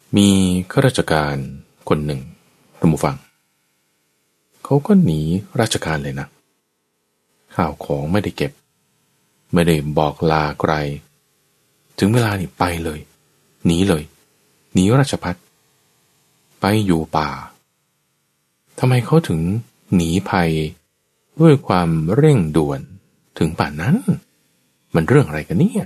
มีข้าราชการคนหนึ่งท่านผู้ฟังเขาก็หนีราชการเลยนะข้าวของไม่ได้เก็บไม่ได้บอกลาใครถึงเวลานี่ไปเลยหนีเลยหนีราชภัฏไปอยู่ป่าทำไมเขาถึงหนีภัยด้วยความเร่งด่วนถึงป่านนั้นมันเรื่องอะไรกันเนี่ย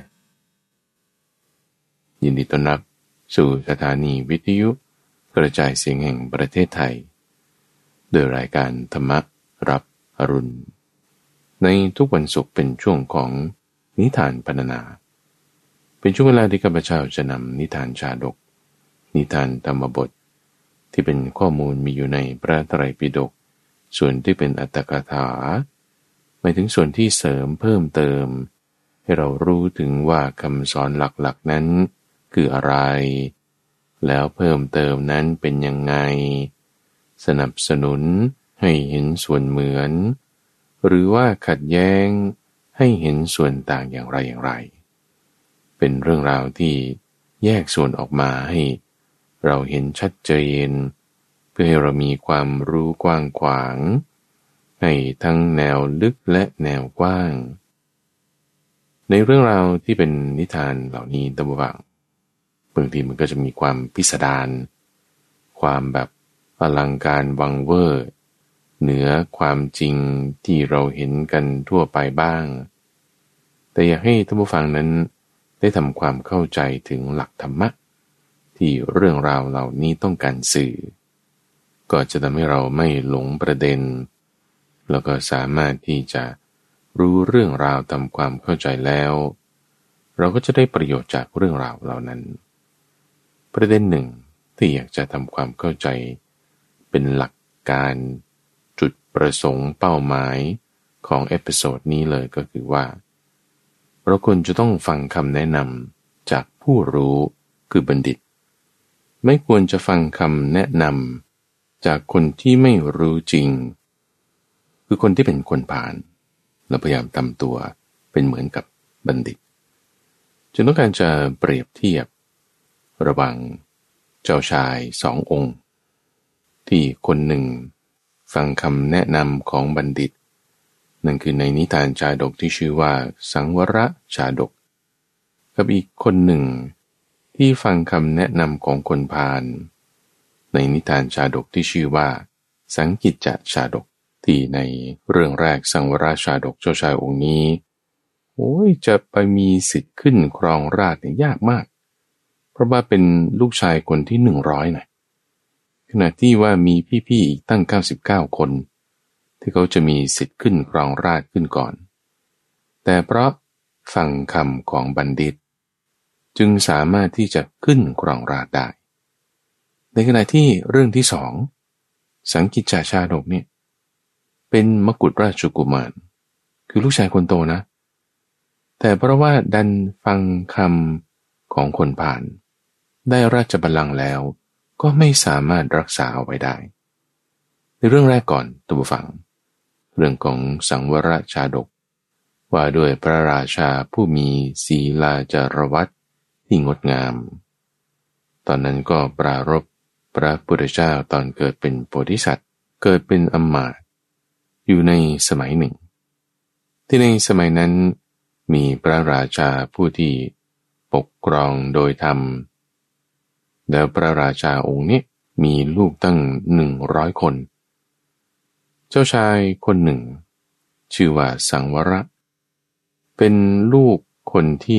ยินดีต้อนรับสู่สถานีวิทยุกระจายเสียงแห่งประเทศไทยโดยรายการธรรมรับอรุณในทุกวันศุกร์เป็นช่วงของนิทานพรรณนาเป็นช่วงเวลาที่ข้าพเจ้าจะนำนิทานชาดกนิทานธรรมบทที่เป็นข้อมูลมีอยู่ในพระไตรปิฎกส่วนที่เป็นอัตถกถาหมายถึงส่วนที่เสริมเพิ่มเติมให้เรารู้ถึงว่าคำสอนหลักๆนั้นคืออะไรแล้วเพิ่มเติมนั้นเป็นยังไงสนับสนุนให้เห็นส่วนเหมือนหรือว่าขัดแย้งให้เห็นส่วนต่างอย่างไรเป็นเรื่องราวที่แยกส่วนออกมาให้เราเห็นชัดเจนเพื่อให้เรามีความรู้กว้างขวางให้ทั้งแนวลึกและแนวกว้างในเรื่องราวที่เป็นนิทานเหล่านี้ตะวังบางทีมันก็จะมีความพิสดารความแบบอลังการวังเวอร์เหนือความจริงที่เราเห็นกันทั่วไปบ้างแต่อยากให้ท่านผู้ฟังนั้นได้ทำความเข้าใจถึงหลักธรรมะที่เรื่องราวเหล่านี้ต้องการสื่อก็จะทำให้เราไม่หลงประเด็นแล้วก็สามารถที่จะรู้เรื่องราวทำความเข้าใจแล้วเราก็จะได้ประโยชน์จากเรื่องราวเหล่านั้นประเด็นหนึ่งที่อยากจะทำความเข้าใจเป็นหลักการจุดประสงค์เป้าหมายของเอพิโซดนี้เลยก็คือว่าเราควรจะต้องฟังคำแนะนำจากผู้รู้คือบัณฑิตไม่ควรจะฟังคำแนะนำจากคนที่ไม่รู้จริงคือคนที่เป็นคนผ่านและพยายามทำตัวเป็นเหมือนกับบัณฑิตจึงต้องการจะเปรียบเทียบระหว่างเจ้าชายสององค์ที่คนหนึ่งฟังคำแนะนำของบัณฑิตนั่นคือในนิทานชาดกที่ชื่อว่าสังวรชาดกกับอีกคนหนึ่งที่ฟังคำแนะนำของคนพาลในนิทานชาดกที่ชื่อว่าสังกิจจชาดกที่ในเรื่องแรกสังวรชาดกเจ้าชายองค์นี้จะไปมีสิทธิ์ขึ้นครองราชย์เนี่ยยากมากเพราะว่าเป็นลูกชายคนที่100นะขณะที่ว่ามีพี่ๆอีกตั้ง99คนที่เขาจะมีสิทธิ์ขึ้นครองราชย์ขึ้นก่อนแต่เพราะฟังคำของบัณฑิตจึงสามารถที่จะขึ้นครองราชย์ได้ในขณะที่เรื่องที่สองสังกิจจชาดกเนี่ยเป็นมกุฎราชกุมารคือลูกชายคนโตนะแต่เพราะว่าดันฟังคำของคนผ่านได้ราชบัลลังก์แล้วก็ไม่สามารถรักษาเอาไว้ได้ในเรื่องแรกก่อนตัวฟังเรื่องของสังวรชาดกว่าด้วยพระราชาผู้มีศีลาจารวัตรที่งดงามตอนนั้นก็ปรารภพระพุทธเจ้าตอนเกิดเป็นโพธิสัตว์เกิดเป็นอมาตย์อยู่ในสมัยหนึ่งที่ในสมัยนั้นมีพระราชาผู้ที่ปกครองโดยธรรมแล้วพระราชาองค์นี้มีลูกตั้ง100คนเจ้าชายคนหนึ่งชื่อว่าสังวรเป็นลูกคนที่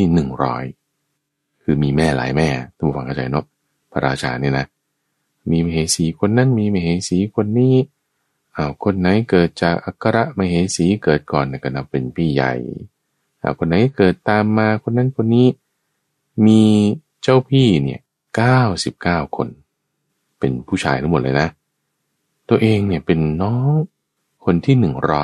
100คือมีแม่หลายแม่ท่านผู้ฟังเข้าใจเนาะพระราชาเนี่ยนะมีมเหสีคนนั้นมีมเหสีคนนี้คนไหนเกิดจากอัครมเหสีเกิดก่อนก็นับเป็นพี่ใหญ่คนไหนเกิดตามมาคนนั้นคนนี้มีเจ้าพี่เนี่ย99คนเป็นผู้ชายทั้งหมดเลยนะตัวเองเนี่ยเป็นน้องคนที่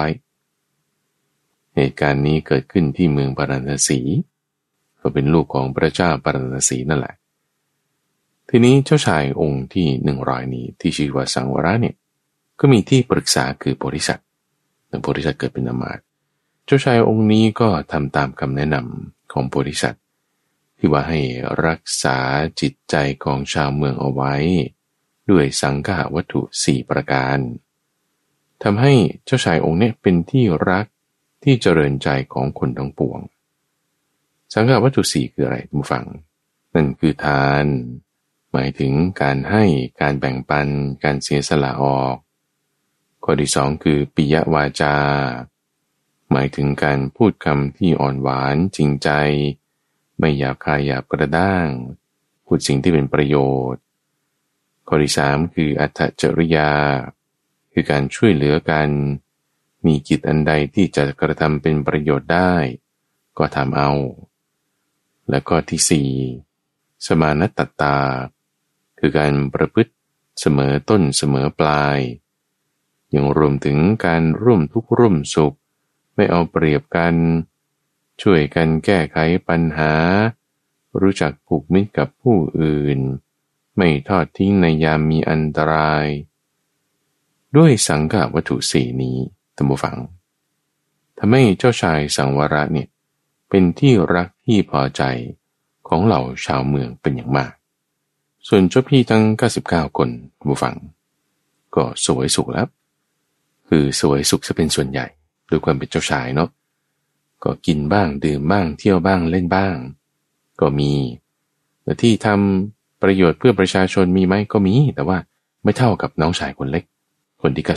100เหตุการณ์นี้เกิดขึ้นที่เมืองปาราณสีก็เป็นลูกของพระเจ้าปาราณสีนั่นแหละทีนี้เจ้าชายองค์ที่100นี้ที่ชื่อว่าสังวรเนี่ยก็มีที่ปรึกษาคือโพธิสัตว์แต่โพธิสัตว์เกิดเป็นอมาตย์เจ้าชายองค์นี้ก็ทำตามคำแนะนำของโพธิสัตว์ที่ว่าให้รักษาจิตใจของชาวเมืองเอาไว้ด้วยสังฆวัตถุ4ประการทำให้เจ้าชายองค์นี้เป็นที่รักที่เจริญใจของคนทั้งปวงสังฆวัตถุ4คืออะไรท่านผู้ฟังนั่นคือทานหมายถึงการให้การแบ่งปันการเสียสละออกข้อที่2คือปิยวาจาหมายถึงการพูดคำที่อ่อนหวานจริงใจไม่หยาบคายหยาบกระด้างพูดสิ่งที่เป็นประโยชน์ข้อที่3คืออัตถจริยาคือการช่วยเหลือกันมีกิจอันใดที่จะกระทำเป็นประโยชน์ได้ก็ทำเอาและข้อที่4สมานัตตาคือการประพฤติเสมอต้นเสมอปลายยังรวมถึงการร่วมทุกข์ร่วมสุขไม่เอาเปรียบกันช่วยกันแก้ไขปัญหารู้จักผูกมิตรกับผู้อื่นไม่ทอดทิ้งในยามมีอันตรายด้วยสังฆวัตถุ4นี้ท่านผู้ฟังทำให้เจ้าชายสังวรเนี่ยเป็นที่รักที่พอใจของเหล่าชาวเมืองเป็นอย่างมากส่วนเจ้าพี่ทั้ง99คนท่านผู้ฟังก็สวยสุขแล้วคือสวยสุขจะเป็นส่วนใหญ่ด้วยความเป็นเจ้าชายเนาะก็กินบ้างดื่มบ้างเที่ยวบ้างเล่นบ้างก็มีแต่ที่ทำประโยชน์เพื่อประชาชนมีไหมก็มีแต่ว่าไม่เท่ากับน้องชายคนเล็กคนที่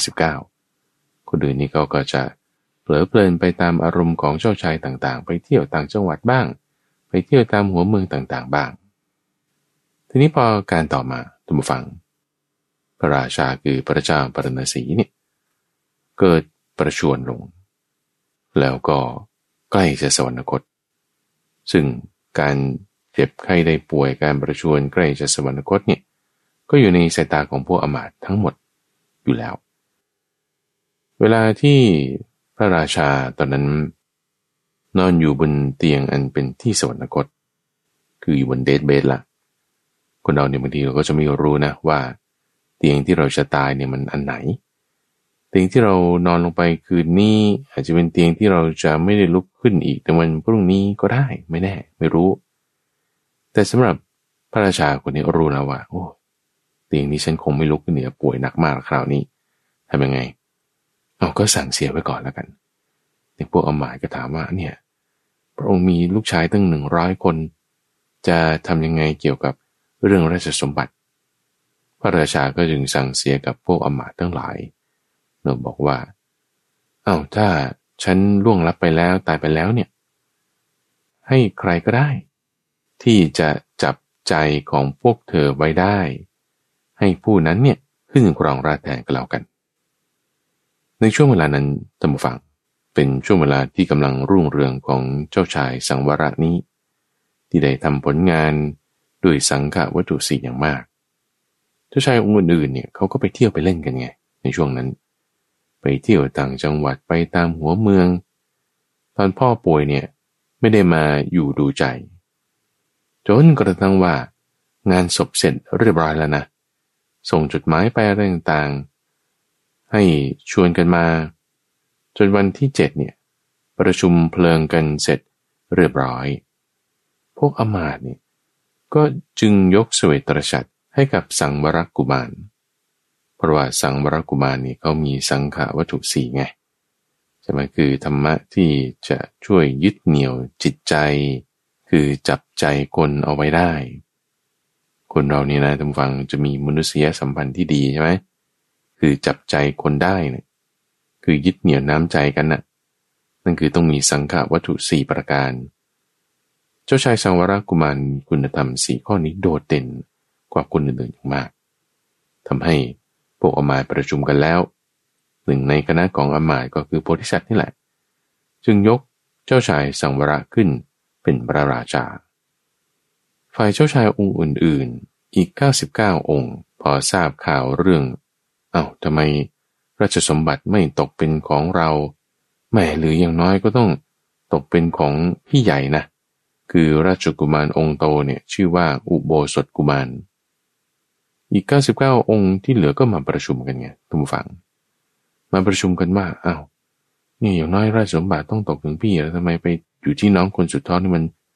99คนอื่นนี่เขาก็จะเผลอเพลินไปตามอารมณ์ของเจ้าชายต่างๆไปเที่ยวต่างจังหวัดบ้างไปเที่ยวตามหัวเมืองต่างๆบ้างทีนี้พอการต่อมาท่านผู้ฟังพระราชาคือพระเจ้าปรณสีเนี่ยเกิดประชวรลงแล้วก็ใกล้จะสวรรคตซึ่งการเจ็บไข้ได้ป่วยการประชวรใกล้จะสวรรคตเนี่ยก็อยู่ในสายตาของพวกอมาตย์ทั้งหมดอยู่แล้วเวลาที่พระราชาตอนนั้นนอนอยู่บนเตียงอันเป็นที่สวรรคตคืออยู่บนเดธเบดละคนเราเนี่ยบางทีเราก็จะไม่รู้นะว่าเตียงที่เราจะตายเนี่ยมันอันไหนเตียงที่เรานอนลงไปคืนนี้อาจจะเป็นเตียงที่เราจะไม่ได้ลุกขึ้นอีกในวันพรุ่งนี้ก็ได้ไม่แน่ไม่รู้แต่สำหรับพระราชาคนนี้รู้แล้วว่าโอ้เตียงนี้ฉันคงไม่ลุกขึ้นเหนือป่วยหนักมากคราวนี้ทำยังไงเอาก็สั่งเสียไว้ก่อนแล้วกันในพวกอมาตย์ก็ถามว่าเนี่ยพระองค์มีลูกชายตั้ง100 คนจะทำยังไงเกี่ยวกับเรื่องราชสมบัติพระราชาก็จึงสั่งเสียกับพวกอมาตย์ทั้งหลายเนอะบอกว่าถ้าฉันล่วงลับไปแล้วตายไปแล้วเนี่ยให้ใครก็ได้ที่จะจับใจของพวกเธอไว้ได้ให้ผู้นั้นเนี่ยขึ้นครองราชย์แทนก็แล้วกันในช่วงเวลานั้นท่านผู้ฟังเป็นช่วงเวลาที่กำลังรุ่งเรืองของเจ้าชายสังวรนี้ที่ได้ทำผลงานด้วยสังฆวัตถุ4อย่างมากเจ้าชายองค์อื่นๆเนี่ยเขาก็ไปเที่ยวไปเล่นกันไงในช่วงนั้นไปเที่ยวต่างจังหวัดไปตามหัวเมืองตอนพ่อป่วยเนี่ยไม่ได้มาอยู่ดูใจจนกระทั่งว่างานศพเสร็จเรียบร้อยแล้วนะส่งจดหมายไปอะไรต่างๆให้ชวนกันมาจนวันที่7เนี่ยประชุมเพลิงกันเสร็จเรียบร้อยพวกอมาตย์เนี่ยก็จึงยกเสวตฉัตรให้กับสังวรกุมารเพราะว่าสังวรกุมารนี่เขามีสังฆวัตถุ4ไงใช่ไหมคือธรรมะที่จะช่วยยึดเหนี่ยวจิตใจคือจับใจคนเอาไว้ได้คนเรานี่นะท่านฟังจะมีมนุษยสัมพันธ์ที่ดีใช่ไหมคือจับใจคนได้เนี่ยคือยึดเหนี่ยวน้ำใจกันน่ะนั่นคือต้องมีสังฆวัตถุ4ประการเจ้าชายสังวรกุมารคุณธรรม4ข้อนี้โดดเด่นกว่าคนอื่นๆอย่างมากทำให้พวกอมาตย์ประชุมกันแล้วหนึ่งในคณะของอมาตย์ก็คือโพธิสัตว์นี่แหละจึงยกเจ้าชายสังวรขึ้นเป็นพระราชาฝ่ายเจ้าชายองค์อื่นๆอีก99องค์พอทราบข่าวเรื่องทำไมราชสมบัติไม่ตกเป็นของเราแม่หรืออย่างน้อยก็ต้องตกเป็นของพี่ใหญ่นะคือราชกุมารองค์โตเนี่ยชื่อว่าอุโบสถกุมารอีก99องค์ที่เหลือก็มาประชุมกันไงทุกฝั่งมาประชุมกันว่านี่อย่างน้อยราชสมบัติต้องตกถึงพี่แล้วทำไมไปอยู่ที่น้องคนสุดท้องนี่มัน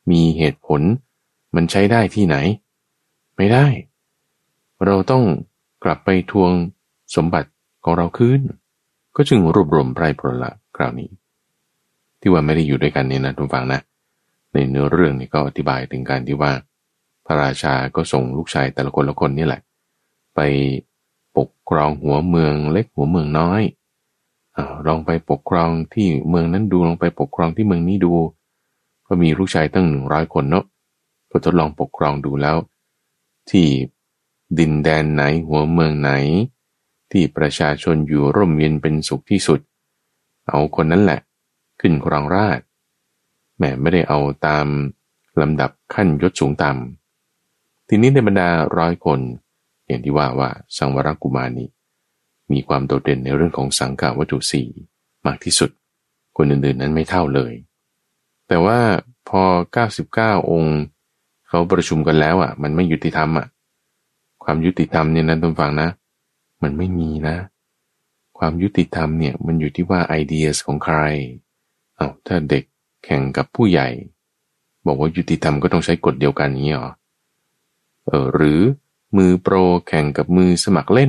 มีเหตุผลมันใช้ได้ที่ไหนไม่ได้เราต้องกลับไปทวงสมบัติของเราคืนก็จึงรวบรวมไพร่พลละคราวนี้ที่ว่าไม่ได้อยู่ด้วยกันเนี่ยนะทุกฝั่งนะในเนื้อเรื่องนี่ก็อธิบายถึงการที่ว่าพระราชาก็ส่งลูกชายแต่ละคนนี่แหละไปปกครองหัวเมืองเล็กหัวเมืองน้อยลองไปปกครองที่เมืองนั้นดูลองไปปกครองที่เมืองนี้ดูก็มีลูกชายตั้ง100 คนเนาะก็ทดลองปกครองดูแล้วที่ดินแดนไหนหัวเมืองไหนที่ประชาชนอยู่ร่มเย็นเป็นสุขที่สุดเอาคนนั้นแหละขึ้นครองราชย์แม้ไม่ได้เอาตามลำดับขั้นยศสูงต่ำทีนี้ในบรรดา100 คนอย่างที่ว่าสังวรกุมารนี้มีความโดดเด่นในเรื่องของสังฆวัตถุสี่มากที่สุดคนอื่นๆนั้นไม่เท่าเลยแต่ว่าพอ99องค์เขาประชุมกันแล้วมันไม่ยุติธรรมความยุติธรรมเนี่ยนะท่านฟังนะมันไม่มีนะความยุติธรรมเนี่ยมันอยู่ที่ว่าไอเดียของใครถ้าเด็กแข่งกับผู้ใหญ่บอกว่ายุติธรรมก็ต้องใช้กฎเดียวกันนี้หรอหรือมือโปรแข่งกับมือสมัครเล่น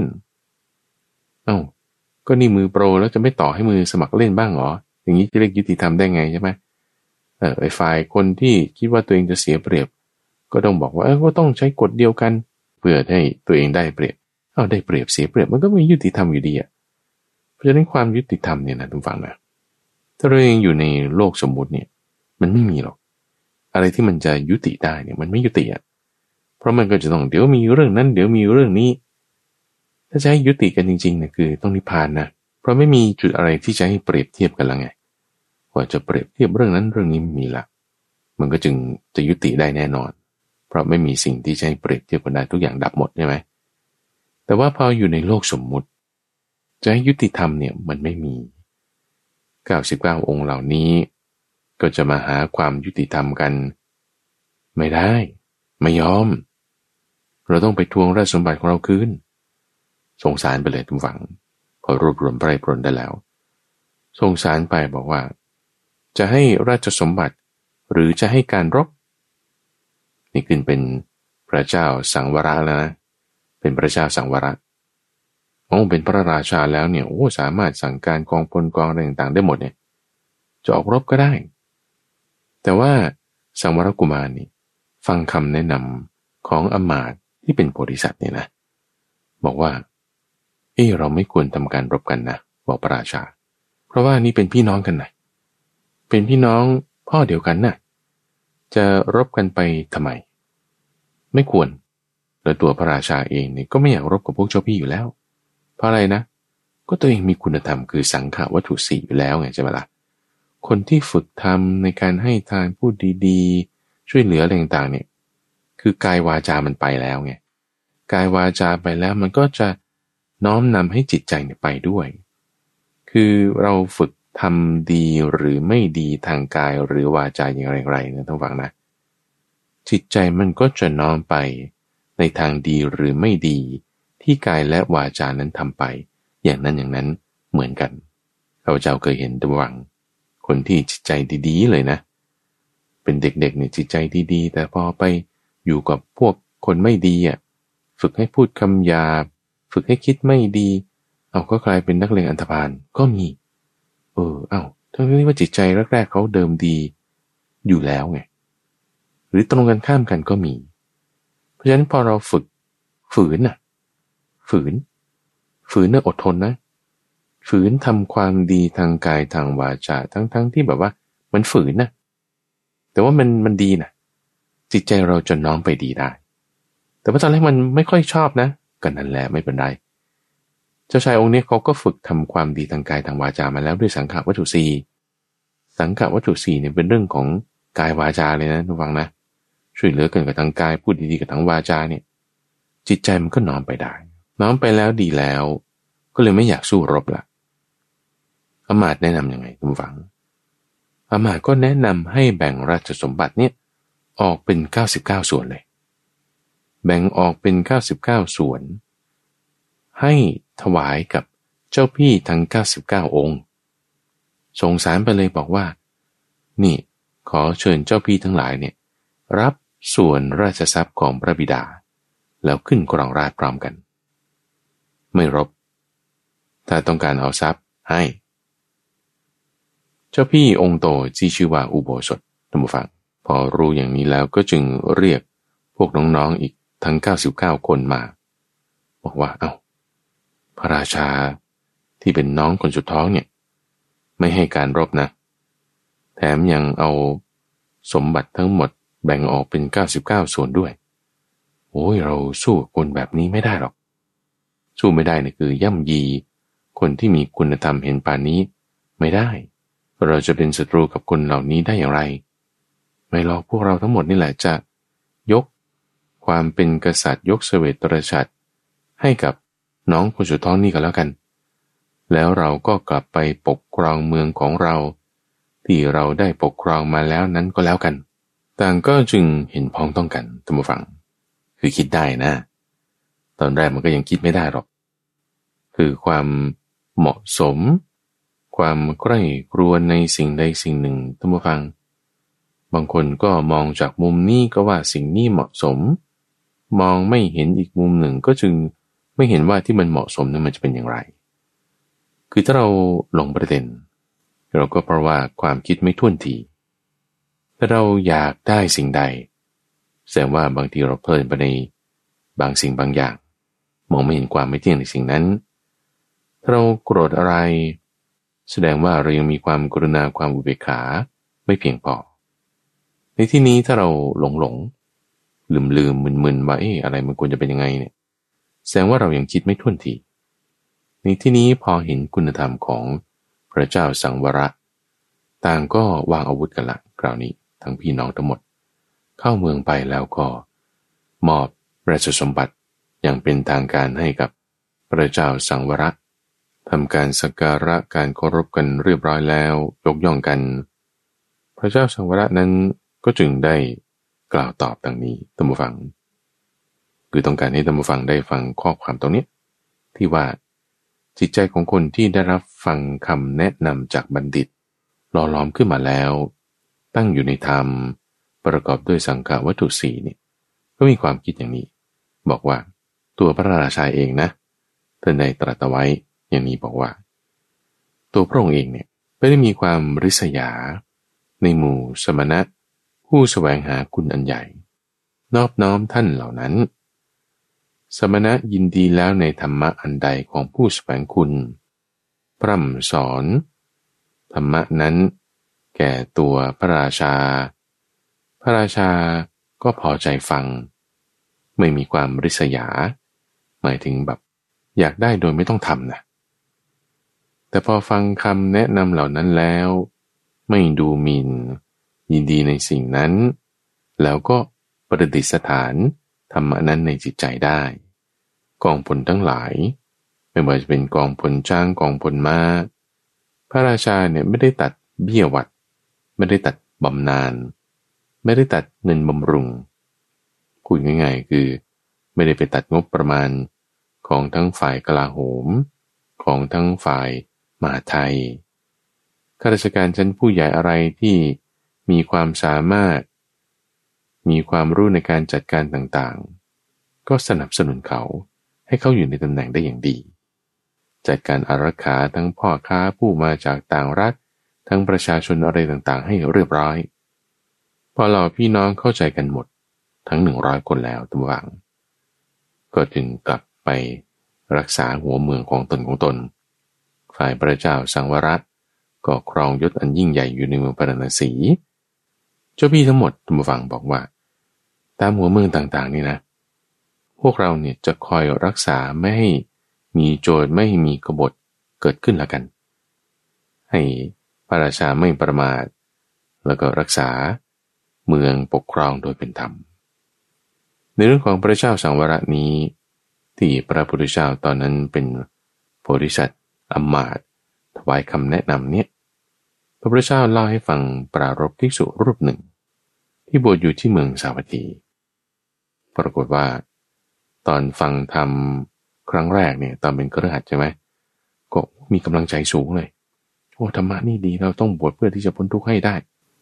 ก็นี่มือโปรแล้วจะไม่ต่อให้มือสมัครเล่นบ้างหรออย่างนี้จะเรียกยุติธรรมได้ไงใช่ไหมไอ้ฝ่ายคนที่คิดว่าตัวเองจะเสียเปรียบก็ต้องบอกว่าก็ต้องใช้กฎเดียวกันเพื่อให้ตัวเองได้เปรียบได้เปรียบเสียเปรียบมันก็ไม่ยุติธรรมอยู่ดีเพราะฉะนั้นความยุติธรรมเนี่ยนะทุกฝั่งนะถ้าเราเองอยู่ในโลกสมมุติเนี่ยมันไม่มีหรอกอะไรที่มันจะยุติได้เนี่ยมันไม่ยุติเพราะมันก็จะต้องเดี๋ยวมีเรื่องนั้นเดี๋ยวมีเรื่องนี้ถ้าจะให้ยุติกันจริงๆเนี่ยคือต้องนิพพานนะเพราะไม่มีจุดอะไรที่จะให้เปรียบเทียบกันแล้วไงว่าจะเปรียบเทียบเรื่องนั้นเรื่องนี้มีละมันก็จึงจะยุติได้แน่นอนเพราะไม่มีสิ่งที่จะให้เปรียบเทียบกันได้ทุกอย่างดับหมดใช่ไหมแต่ว่าพออยู่ในโลกสมมุติจะให้ยุติธรรมเนี่ยมันไม่มี99องค์เหล่านี้ก็จะมาหาความยุติธรรมกันไม่ได้ไม่ยอมเราต้องไปทวงราชสมบัติของเราคืนส่งสารไปเลยทุกฝั่งพอรวบรวมไพร่พลได้แล้วส่งสารไปบอกว่าจะให้ราชสมบัติหรือจะให้การรบนี่ขึ้นเป็นพระเจ้าสังวรแล้วนะเป็นพระเจ้าสังวรเป็นพระราชาแล้วเนี่ยสามารถสั่งการกองพลกองอะไรต่างๆได้หมดเนี่ยจะออกรบก็ได้แต่ว่าสังวรกุมารนี่ฟังคำแนะนำของอมาตย์ที่เป็นโพธิสัตว์เนี่ยนะบอกว่าเราไม่ควรทำการรบกันนะบอกพระราชาเพราะว่านี่เป็นพี่น้องกันนะเป็นพี่น้องพ่อเดียวกันนะจะรบกันไปทำไมไม่ควรแล้วตัวพระราชาเองเนี่ยก็ไม่อยากรบกับพวกเจ้าพี่อยู่แล้วเพราะอะไรนะก็ตัวเองมีคุณธรรมคือสังฆวัตถุสี่อยู่แล้วไงใช่ไหมล่ะคนที่ฝึกทำในการให้ทานพูดดีๆช่วยเหลืออะไรต่างๆเนี่ยคือกายวาจามันไปแล้วไงกายวาจาไปแล้วมันก็จะน้อมนำให้จิตใจเนี่ยไปด้วยคือเราฝึกทำดีหรือไม่ดีทางกายหรือวาจาอย่างไรๆนะท่านฟังนะจิตใจมันก็จะน้อมไปในทางดีหรือไม่ดีที่กายและวาจานั้นทำไปอย่างนั้นอย่างนั้นเหมือนกันข้าพเจ้าเคยเห็นระหว่างคนที่จิตใจดีๆเลยนะเป็นเด็กๆเนี่ยจิตใจดีๆแต่พอไปอยู่กับพวกคนไม่ดีฝึกให้พูดคำหยาบฝึกให้คิดไม่ดีก็กลายเป็นนักเลงอันธพาลก็มีทั้งที่ว่าจิตใจแรกๆเขาเดิมดีอยู่แล้วไงหรือตรงกันข้ามกันก็มีเพราะฉะนั้นพอเราฝึกฝืนฝืนเนี่ยอดทนนะฝืนทำความดีทางกายทางวาจาทั้งที่แบบว่ามันฝืนนะแต่ว่ามันดีนะจิตใจเราจะน้อมไปดีได้แต่ว่าตอนแรกมันไม่ค่อยชอบนะก็นั่นแหละไม่เป็นไรเจ้าชายองค์นี้เขาก็ฝึกทำความดีทางกายทางวาจามาแล้วด้วยสังฆวัตถุสี่สังฆวัตถุสี่เนี่ยเป็นเรื่องของกายวาจาเลยนะทุกฟังนะช่วยเหลือกันกับทางกายพูดดีๆกับทางวาจาเนี่ยจิตใจมันก็น้อมไปได้น้อมไปแล้วดีแล้วก็เลยไม่อยากสู้รบละอมาตย์แนะนำยังไงทุกฟังอมาตย์ก็แนะนำให้แบ่งราชสมบัติเนี่ยออกเป็น99ส่วนเลยแบ่งออกเป็น99ส่วนให้ถวายกับเจ้าพี่ทั้ง99องค์ส่งสารไปเลยบอกว่านี่ขอเชิญเจ้าพี่ทั้งหลายเนี่ยรับส่วนราชทรัพย์ของพระบิดาแล้วขึ้นครองราชย์พร้อมกันไม่รบถ้าต้องการเอาทรัพย์ให้เจ้าพี่องค์โตที่ชื่อว่าอุโบสถท่านผู้ฟังพอรู้อย่างนี้แล้วก็จึงเรียกพวกน้องๆอีกทั้ง99คนมาบอกว่าเอา้าพระราชาที่เป็นน้องคนสุดท้องเนี่ยไม่ให้การรบนะแถมยังเอาสมบัติทั้งหมดแบ่งออกเป็น99ส่วนด้วยโอ้ยเราสู้คนแบบนี้ไม่ได้หรอกสู้ไม่ได้เนี่ยคือย่ำยีคนที่มีคุณธรรมเห็นป่านนี้ไม่ได้เราจะเป็นศัตรูกับคนเหล่านี้ได้อย่างไรไม่หรอกพวกเราทั้งหมดนี่แหละจะยกความเป็นกษัตริย์ยกเสวตฉัตรให้กับน้องคนสุดท้องนี่ก็แล้วกันแล้วเราก็กลับไปปกครองเมืองของเราที่เราได้ปกครองมาแล้วนั้นก็แล้วกันต่างก็จึงเห็นพ้องต้องกันท่านผู้ฟังคือคิดได้นะตอนแรกมันก็ยังคิดไม่ได้หรอกคือความเหมาะสมความใกล้ครวญในสิ่งใดสิ่งหนึ่งท่านผู้ฟังบางคนก็มองจากมุมนี้ก็ว่าสิ่งนี้เหมาะสมมองไม่เห็นอีกมุมหนึ่งก็จึงไม่เห็นว่าที่มันเหมาะสมนั้นมันจะเป็นอย่างไรคือถ้าเราลงประเด็นเราก็เพราะว่าความคิดไม่ถ้วนทีถ้าเราอยากได้สิ่งใดแสดงว่าบางทีเราเพลินไปในบางสิ่งบางอย่างมองไม่เห็นความไม่เที่ยงในสิ่งนั้นถ้าเราโกรธอะไรแสดงว่าเรายังมีความกรุณาความอุเบกขาไม่เพียงพอในที่นี้ถ้าเราหลงลืมมึนว่าอะไรมันควรจะเป็นยังไงเนี่ยแสดงว่าเรายังคิดไม่ถ้วนทีในที่นี้พอเห็นคุณธรรมของพระเจ้าสังวรต่างก็วางอาวุธกันละคราวนี้ทั้งพี่น้องทั้งหมดเข้าเมืองไปแล้วก็มอบราชสมบัติอย่างเป็นทางการให้กับพระเจ้าสังวรทำการสักการะการเคารพกันเรียบร้อยแล้วยกย่องกันพระเจ้าสังวรนั้นก็จึงได้กล่าวตอบดังนี้ท่านผู้ฟังคือต้องการให้ท่านผู้ฟังได้ฟังข้อความตรงนี้ที่ว่าจิตใจของคนที่ได้รับฟังคำแนะนำจากบัณฑิตหล่อหลอมขึ้นมาแล้วตั้งอยู่ในธรรมประกอบด้วยสังฆวัตถุสี่นี่ก็มีความคิดอย่างนี้บอกว่าตัวพระราชาเองนะท่านได้ตรัสไว้อย่างนี้บอกว่าตัวพระองค์เองเนี่ยไม่ได้มีความริษยาในหมู่สมณะผู้แสวงหาคุณอันใหญ่นอบน้อมท่านเหล่านั้นสมณะยินดีแล้วในธรรมะอันใดของผู้แสวงคุณพร่ำสอนธรรมะนั้นแก่ตัวพระราชาพระราชาก็พอใจฟังไม่มีความริษยาหมายถึงแบบอยากได้โดยไม่ต้องทำนะแต่พอฟังคำแนะนำเหล่านั้นแล้วไม่ดูหมิ่นยินดีในสิ่งนั้นแล้วก็ประดิษฐานธรรมะนั้นในจิตใจได้กองพลทั้งหลายไม่ว่าจะเป็นกองพลช้างกองพลม้าพระราชาเนี่ยไม่ได้ตัดเบี้ยวัดไม่ได้ตัดบำนาญไม่ได้ตัดเงินบำรุงพูดง่ายๆคือไม่ได้ไปตัดงบประมาณของทั้งฝ่ายกลาโหมของทั้งฝ่ายมหาดไทยข้าราชการชั้นผู้ใหญ่อะไรที่มีความสามารถมีความรู้ในการจัดการต่างๆก็สนับสนุนเขาให้เขาอยู่ในตำแหน่งได้อย่างดีจัดการอารักขาทั้งพ่อค้าผู้มาจากต่างรัฐทั้งประชาชนอะไรต่างๆให้เรียบร้อยพอเราพี่น้องเข้าใจกันหมดทั้ง100คนแล้วตัววังก็จึงกลับไปรักษาหัวเมืองของตนฝ่ายพระเจ้าสังวรก็ครองยศอันยิ่งใหญ่อยู่ในเมืองพาราณสีเจ้าพี่ทั้งหมดตัววังบอกว่าตามหัวเมืองต่างๆนี่นะพวกเราเนี่ยจะคอยรักษาไม่ให้มีโจรไม่ให้มีกบฏเกิดขึ้นละกันให้พระราชาไม่ประมาทแล้วก็รักษาเมืองปกครองโดยเป็นธรรมในเรื่องของพระเจ้าสังวรนี้ที่พระพุทธเจ้าตอนนั้นเป็นโพธิสัตว์อมาตย์ถวายคำแนะนำเนี่ยพระพุทธเจ้าเล่าให้ฟังปรารภภิกษุรูปหนึ่งที่บวชอยู่ที่เมืองสาวัตถีปรากฏว่าตอนฟังธรรมครั้งแรกเนี่ยตอนเป็นคฤหัสถ์ใช่ไหมก็มีกำลังใจสูงเลยโอ้ธรรมะนี่ดีเราต้องบวชเพื่อที่จะพ้นทุกข์ให้ได้พ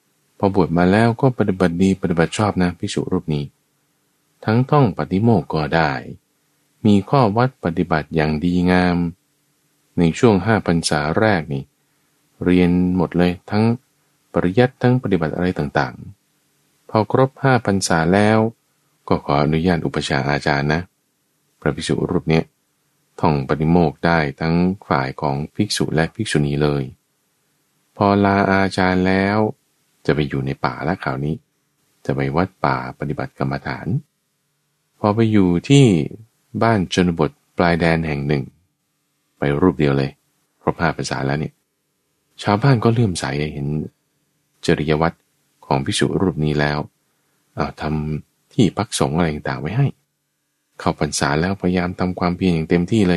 อบวชมาแล้วก็ปฏิบัติดีปฏิบัติชอบนะภิกษุรูปนี้ทั้งต้องปฏิโมกข์ก็ได้มีข้อวัดปฏิบัติอย่างดีงามในช่วง5 พรรษาแรกนี่เรียนหมดเลยทั้งปริยัติทั้งปฏิบัติอะไรต่างๆพอครบ5 พรรษาแล้วก็ขออนุญาตอุปชฌาย์อาจารย์นะพระภิกษุรูปเนี้ยท่องปฏิโมกข์ได้ทั้งฝ่ายของภิกษุและภิกษุณีเลยพอลาอาจารย์แล้วจะไปอยู่ในป่าแล้วคราวนี้จะไปวัดป่าปฏิบัติกรรมฐานพอไปอยู่ที่บ้านชนบทปลายแดนแห่งหนึ่งไปรูปเดียวเลยครบ5 พรรษาแล้วเนี่ยชาวบ้านก็เลื่อมใสเห็นจริยวัตรของภิกษุรูปนี้แล้วทำที่พักสงฆ์อะไรต่างๆไว้ให้เข้าพรรษาแล้วพยายามทำความเพียรอย่างเต็มที่เลย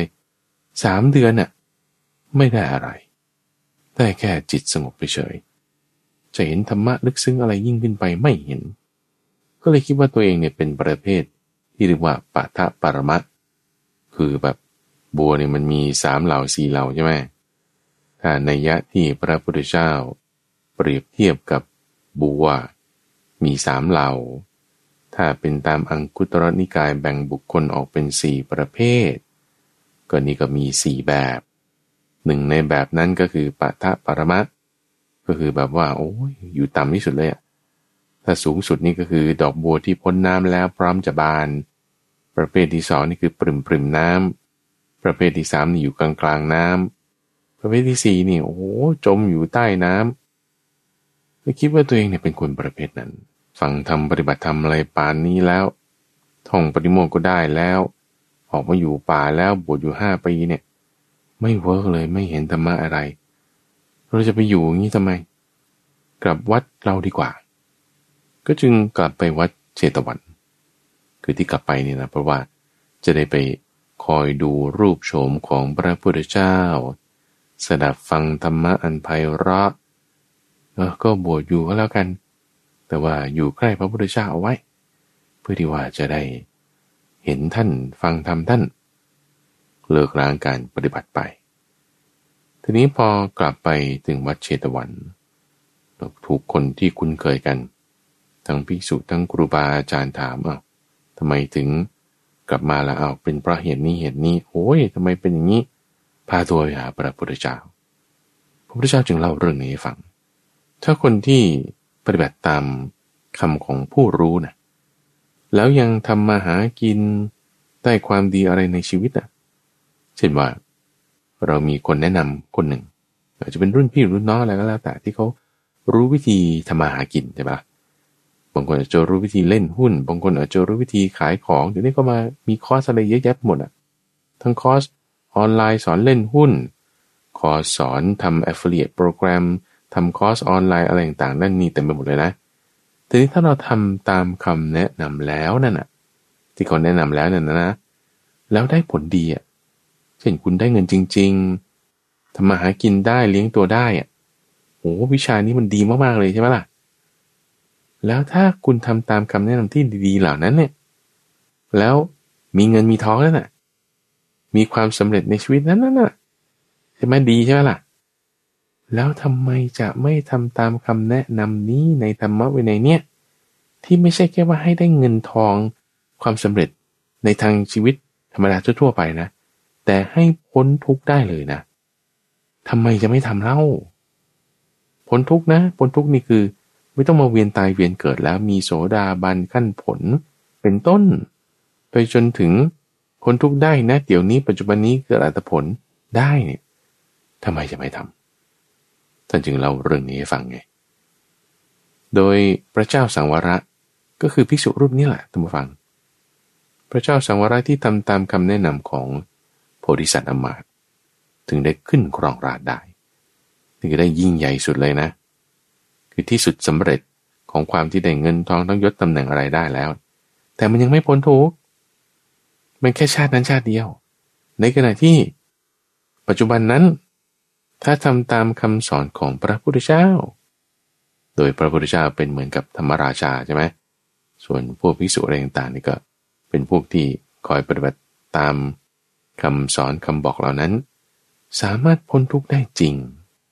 3 เดือนน่ะไม่ได้อะไรได้แค่จิตสงบไปเฉยจะเห็นธรรมะลึกซึ้งอะไรยิ่งขึ้นไปไม่เห็นก็เลยคิดว่าตัวเองเนี่ยเป็นประเภทที่เรียกว่าปะทะปรมะคือแบบบัวเนี่ยมันมี3 เหล่า4 เหล่าใช่ไหมถ้านัยยะที่พระพุทธเจ้าเปรียบเทียบกับบัวมี3 เหล่าถ้าเป็นตามอังคุตรนิกายแบ่งบุคคลออกเป็น4 ประเภทก็นี่ก็มี4 แบบหนึ่งในแบบนั้นก็คือปะทะปรมะก็คือแบบว่าโอ้ยอยู่ต่ำที่สุดเลยอะถ้าสูงสุดนี่ก็คือดอกบัวที่พ้นน้ำแล้วพร้อมจะบานประเภทที่2นี่คือปริ่มน้ำประเภทที่3นี่อยู่กลางน้ำประเภทที่4นี่โอ้โหจมอยู่ใต้น้ำก็คิดว่าตัวเองเนี่ยเป็นคนประเภทนั้นฟังธรรมปฏิบัติธรรมอะไรป่านนี้แล้วท่องปฏิโมกข์ก็ได้แล้วออกมาอยู่ป่าแล้วบวชอยู่5 ปีเนี่ยไม่เวิร์กเลยไม่เห็นธรรมะอะไรเราจะไปอยู่อย่างนี้ทำไมกลับวัดเราดีกว่าก็จึงกลับไปวัดเชตวันคือที่กลับไปเนี่ยนะเพราะว่าจะได้ไปคอยดูรูปโฉมของพระพุทธเจ้าสดับฟังธรรมะอันไพเราะก็บวชอยู่ก็แล้วกันแต่ว่าอยู่ใกล้พระพุทธเจ้าเอาไว้เพื่อที่ว่าจะได้เห็นท่านฟังธรรมท่านเลิกล้างการปฏิบัติไปทีนี้พอกลับไปถึงวัดเชตวันถูกคนที่คุ้นเคยกันทั้งภิกษุทั้งครูบาอาจารย์ถามทำไมถึงกลับมาแล้วเป็นเพราะเหตุนี้โอ้ยทำไมเป็นอย่างนี้พาตัวไปหาพระพุทธเจ้าพระพุทธเจ้าจึงเล่าเรื่องนี้ให้ฟังถ้าคนที่ปฏิบัติตามคำของผู้รู้นะแล้วยังทำมาหากินได้ความดีอะไรในชีวิตเช่นว่าเรามีคนแนะนำคนหนึ่งอาจจะเป็นรุ่นพี่รุ่นน้องอะไรก็แล้วแต่ที่เขารู้วิธีทำมาหากินใช่ปะบางคนอาจจะรู้วิธีเล่นหุ้นบางคนอาจจะรู้วิธีขายของเดี๋ยวนี้ก็มามีคอร์สอะไรเยอะแยะหมดทั้งคอร์สออนไลน์สอนเล่นหุ้นคอร์สสอนทำ affiliate program ทำคอร์สออนไลน์อะไรต่างๆนั่นนี่เต็มไปหมดเลยนะทีนี้ถ้าเราทำตามคำแนะนำแล้วนั่นน่ะที่เขาแนะนำแล้วนั่นนะแล้วได้ผลดีเช่นคุณได้เงินจริงๆทำมาหากินได้เลี้ยงตัวได้โอ้วิชานี้มันดีมากๆเลยใช่ไหมล่ะแล้วถ้าคุณทำตามคำแนะนำที่ดีๆเหล่านั้นเนี่ยแล้วมีเงินมีทองนั่นน่ะมีความสำเร็จในชีวิตนั้นน่ะใช่ไหมดีใช่ไหมล่ะแล้วทำไมจะไม่ทำตามคำแนะนำนี้ในธรรมวินัยเนี่ยที่ไม่ใช่แค่ว่าให้ได้เงินทองความสำเร็จในทางชีวิตธรรมดาทั่วๆไปนะแต่ให้พ้นทุกข์ได้เลยนะทำไมจะไม่ทำเล่าพ้นทุกข์นะพ้นทุกข์นี่คือไม่ต้องมาเวียนตายเวียนเกิดแล้วมีโสดาบันขั้นผลเป็นต้นไปจนถึงพ้นทุกข์ได้นะเดี๋ยวนี้ปัจจุบันนี้เกิดอรรถผลได้เนี่ยทำไมจะไม่ทำท่านจึงเล่าเรื่องนี้ให้ฟังไงโดยพระเจ้าสังวรก็คือภิกษุรูปนี้แหละท่านผู้ฟังพระเจ้าสังวรที่ทำตามคำแนะนำของโพธิสัตว์อมาตย์ถึงได้ขึ้นครองราชย์ได้ถึงได้ยิ่งใหญ่สุดเลยนะคือที่สุดสำเร็จของความที่ได้เงินทองทั้งยศตำแหน่งอะไรได้แล้วแต่มันยังไม่พ้นทุกข์มันแค่ชาตินั้นชาติเดียวในขณะที่ปัจจุบันนั้นถ้าทำตามคำสอนของพระพุทธเจ้าโดยพระพุทธเจ้าเป็นเหมือนกับธรรมราชาใช่ไหมส่วนพวกภิกษุอะไรต่างๆนี่ก็เป็นพวกที่คอยปฏิบัติตามคำสอนคำบอกเหล่านั้นสามารถพ้นทุกข์ได้จริง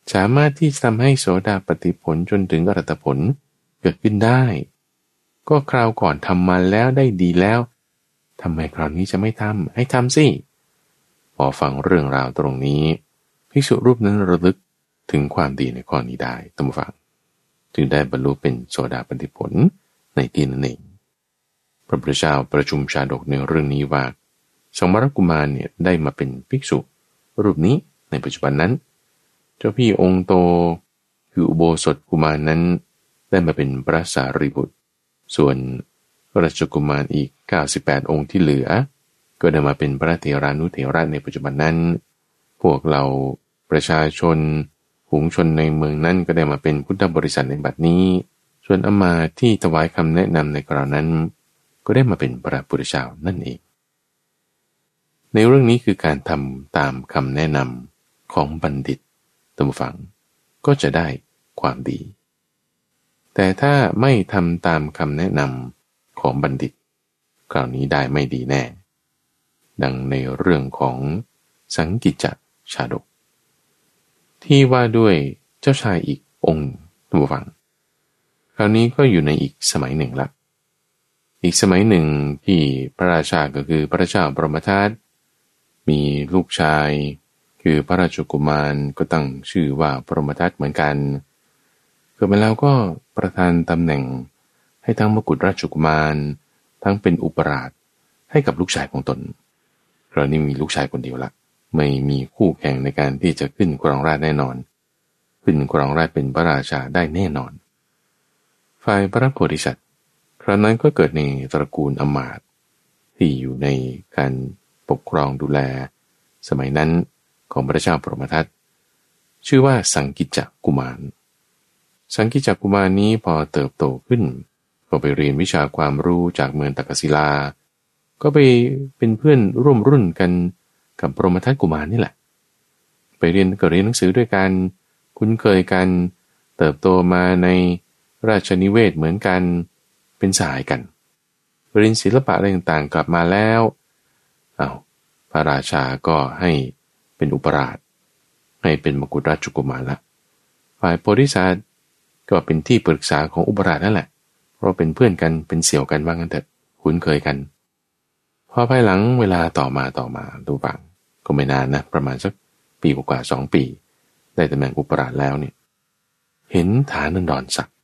สามารถที่จะทำให้โสดาปัตติผลจนถึงอรหัตผลเกิดขึ้นได้ก็คราวก่อนทำมาแล้วได้ดีแล้วทำไมคราวนี้จะไม่ทำให้ทำสิพอฟังเรื่องราวตรงนี้ภิกษุรูปนั้นระลึกถึงความดีในข้อนี้ได้ตามฟังจึงได้บรรลุเป็นโสดาปัตติผลในที่นั้นเองพระพุทธเจ้าประชุมชาดกในเรื่องนี้ว่าสมรกุมารเนี่ยได้มาเป็นภิกษุรูปนี้ในปัจจุบันนั้นเจ้าพี่องค์โตคืออุโบสถกุมารนั้นได้มาเป็นพระสารีบุตรส่วนราชกุมารอีก98องค์ที่เหลือก็ได้มาเป็นพระเถรานุเถระในปัจจุบันนั้นพวกเราประชาชนฝูงชนในเมืองนั้นก็ได้มาเป็นพุทธบริษัทในบัดนี้ส่วนอมาตย์ที่ถวายคำแนะนำในคราวนั้นก็ได้มาเป็นพระพุทธเจ้านั่นเองในเรื่องนี้คือการทำตามคำแนะนำของบัณฑิตตามฟังก็จะได้ความดีแต่ถ้าไม่ทำตามคำแนะนำของบัณฑิตคราวนี้ได้ไม่ดีแน่ดังในเรื่องของสังกิจจชาดกที่ว่าด้วยเจ้าชายอีกองค์ตามฟังคราวนี้ก็อยู่ในอีกสมัยหนึ่งละอีกสมัยหนึ่งที่พระราชาก็คือพระเจ้าบรมทัตมีลูกชายคือพระราชกุมารก็ตั้งชื่อว่าบรมทัตเหมือนกันเกิดมาแล้วก็ประทานตำแหน่งให้ทั้งมกุฎราชกุมารทั้งเป็นอุปราชให้กับลูกชายของตนคราวนี้มีลูกชายคนเดียวละไม่มีคู่แข่งในการที่จะขึ้นครองราชย์แน่นอนขึ้นครองราชย์เป็นพระราชาได้แน่นอนฝ่ายพระโพธิสัตว์คราวนั้นก็เกิดในตระกูลอมาตย์ที่อยู่ในการปกครองดูแลสมัยนั้นของพระเจ้าปรมทัตชื่อว่าสังกิจจกุมารสังกิจจกุมารนี้พอเติบโตขึ้นก็ไปเรียนวิชาความรู้จากเมืองตักกศิลาก็ไปเป็นเพื่อนร่วมรุ่นกันกับปรมทัตกุมารนี่แหละไปเรียนก็เรียนหนังสือด้วยกันคุ้นเคยกันเติบโตมาในราชนิเวศเหมือนกันเป็นสหายกันเรียนศิลปะอะไรต่างๆกลับมาแล้วพระราชาก็ให้เป็นอุปราชให้เป็นมกุฎราชกุมารละฝ่ายโพธิสัตว์ก็เป็นที่ปรึกษาของอุปราชนั่นแหละเพราะเป็นเพื่อนกันเป็นเสี่ยวกันว่างั้นเถอะคุ้นเคยกันพอภายหลังเวลาต่อมาดูฟังก็ไม่นานนะประมาณสักปีกว่า2 ปีได้ตำแหน่งอุปราชแล้วเนี่ยเห็นฐานันดรศักดิ์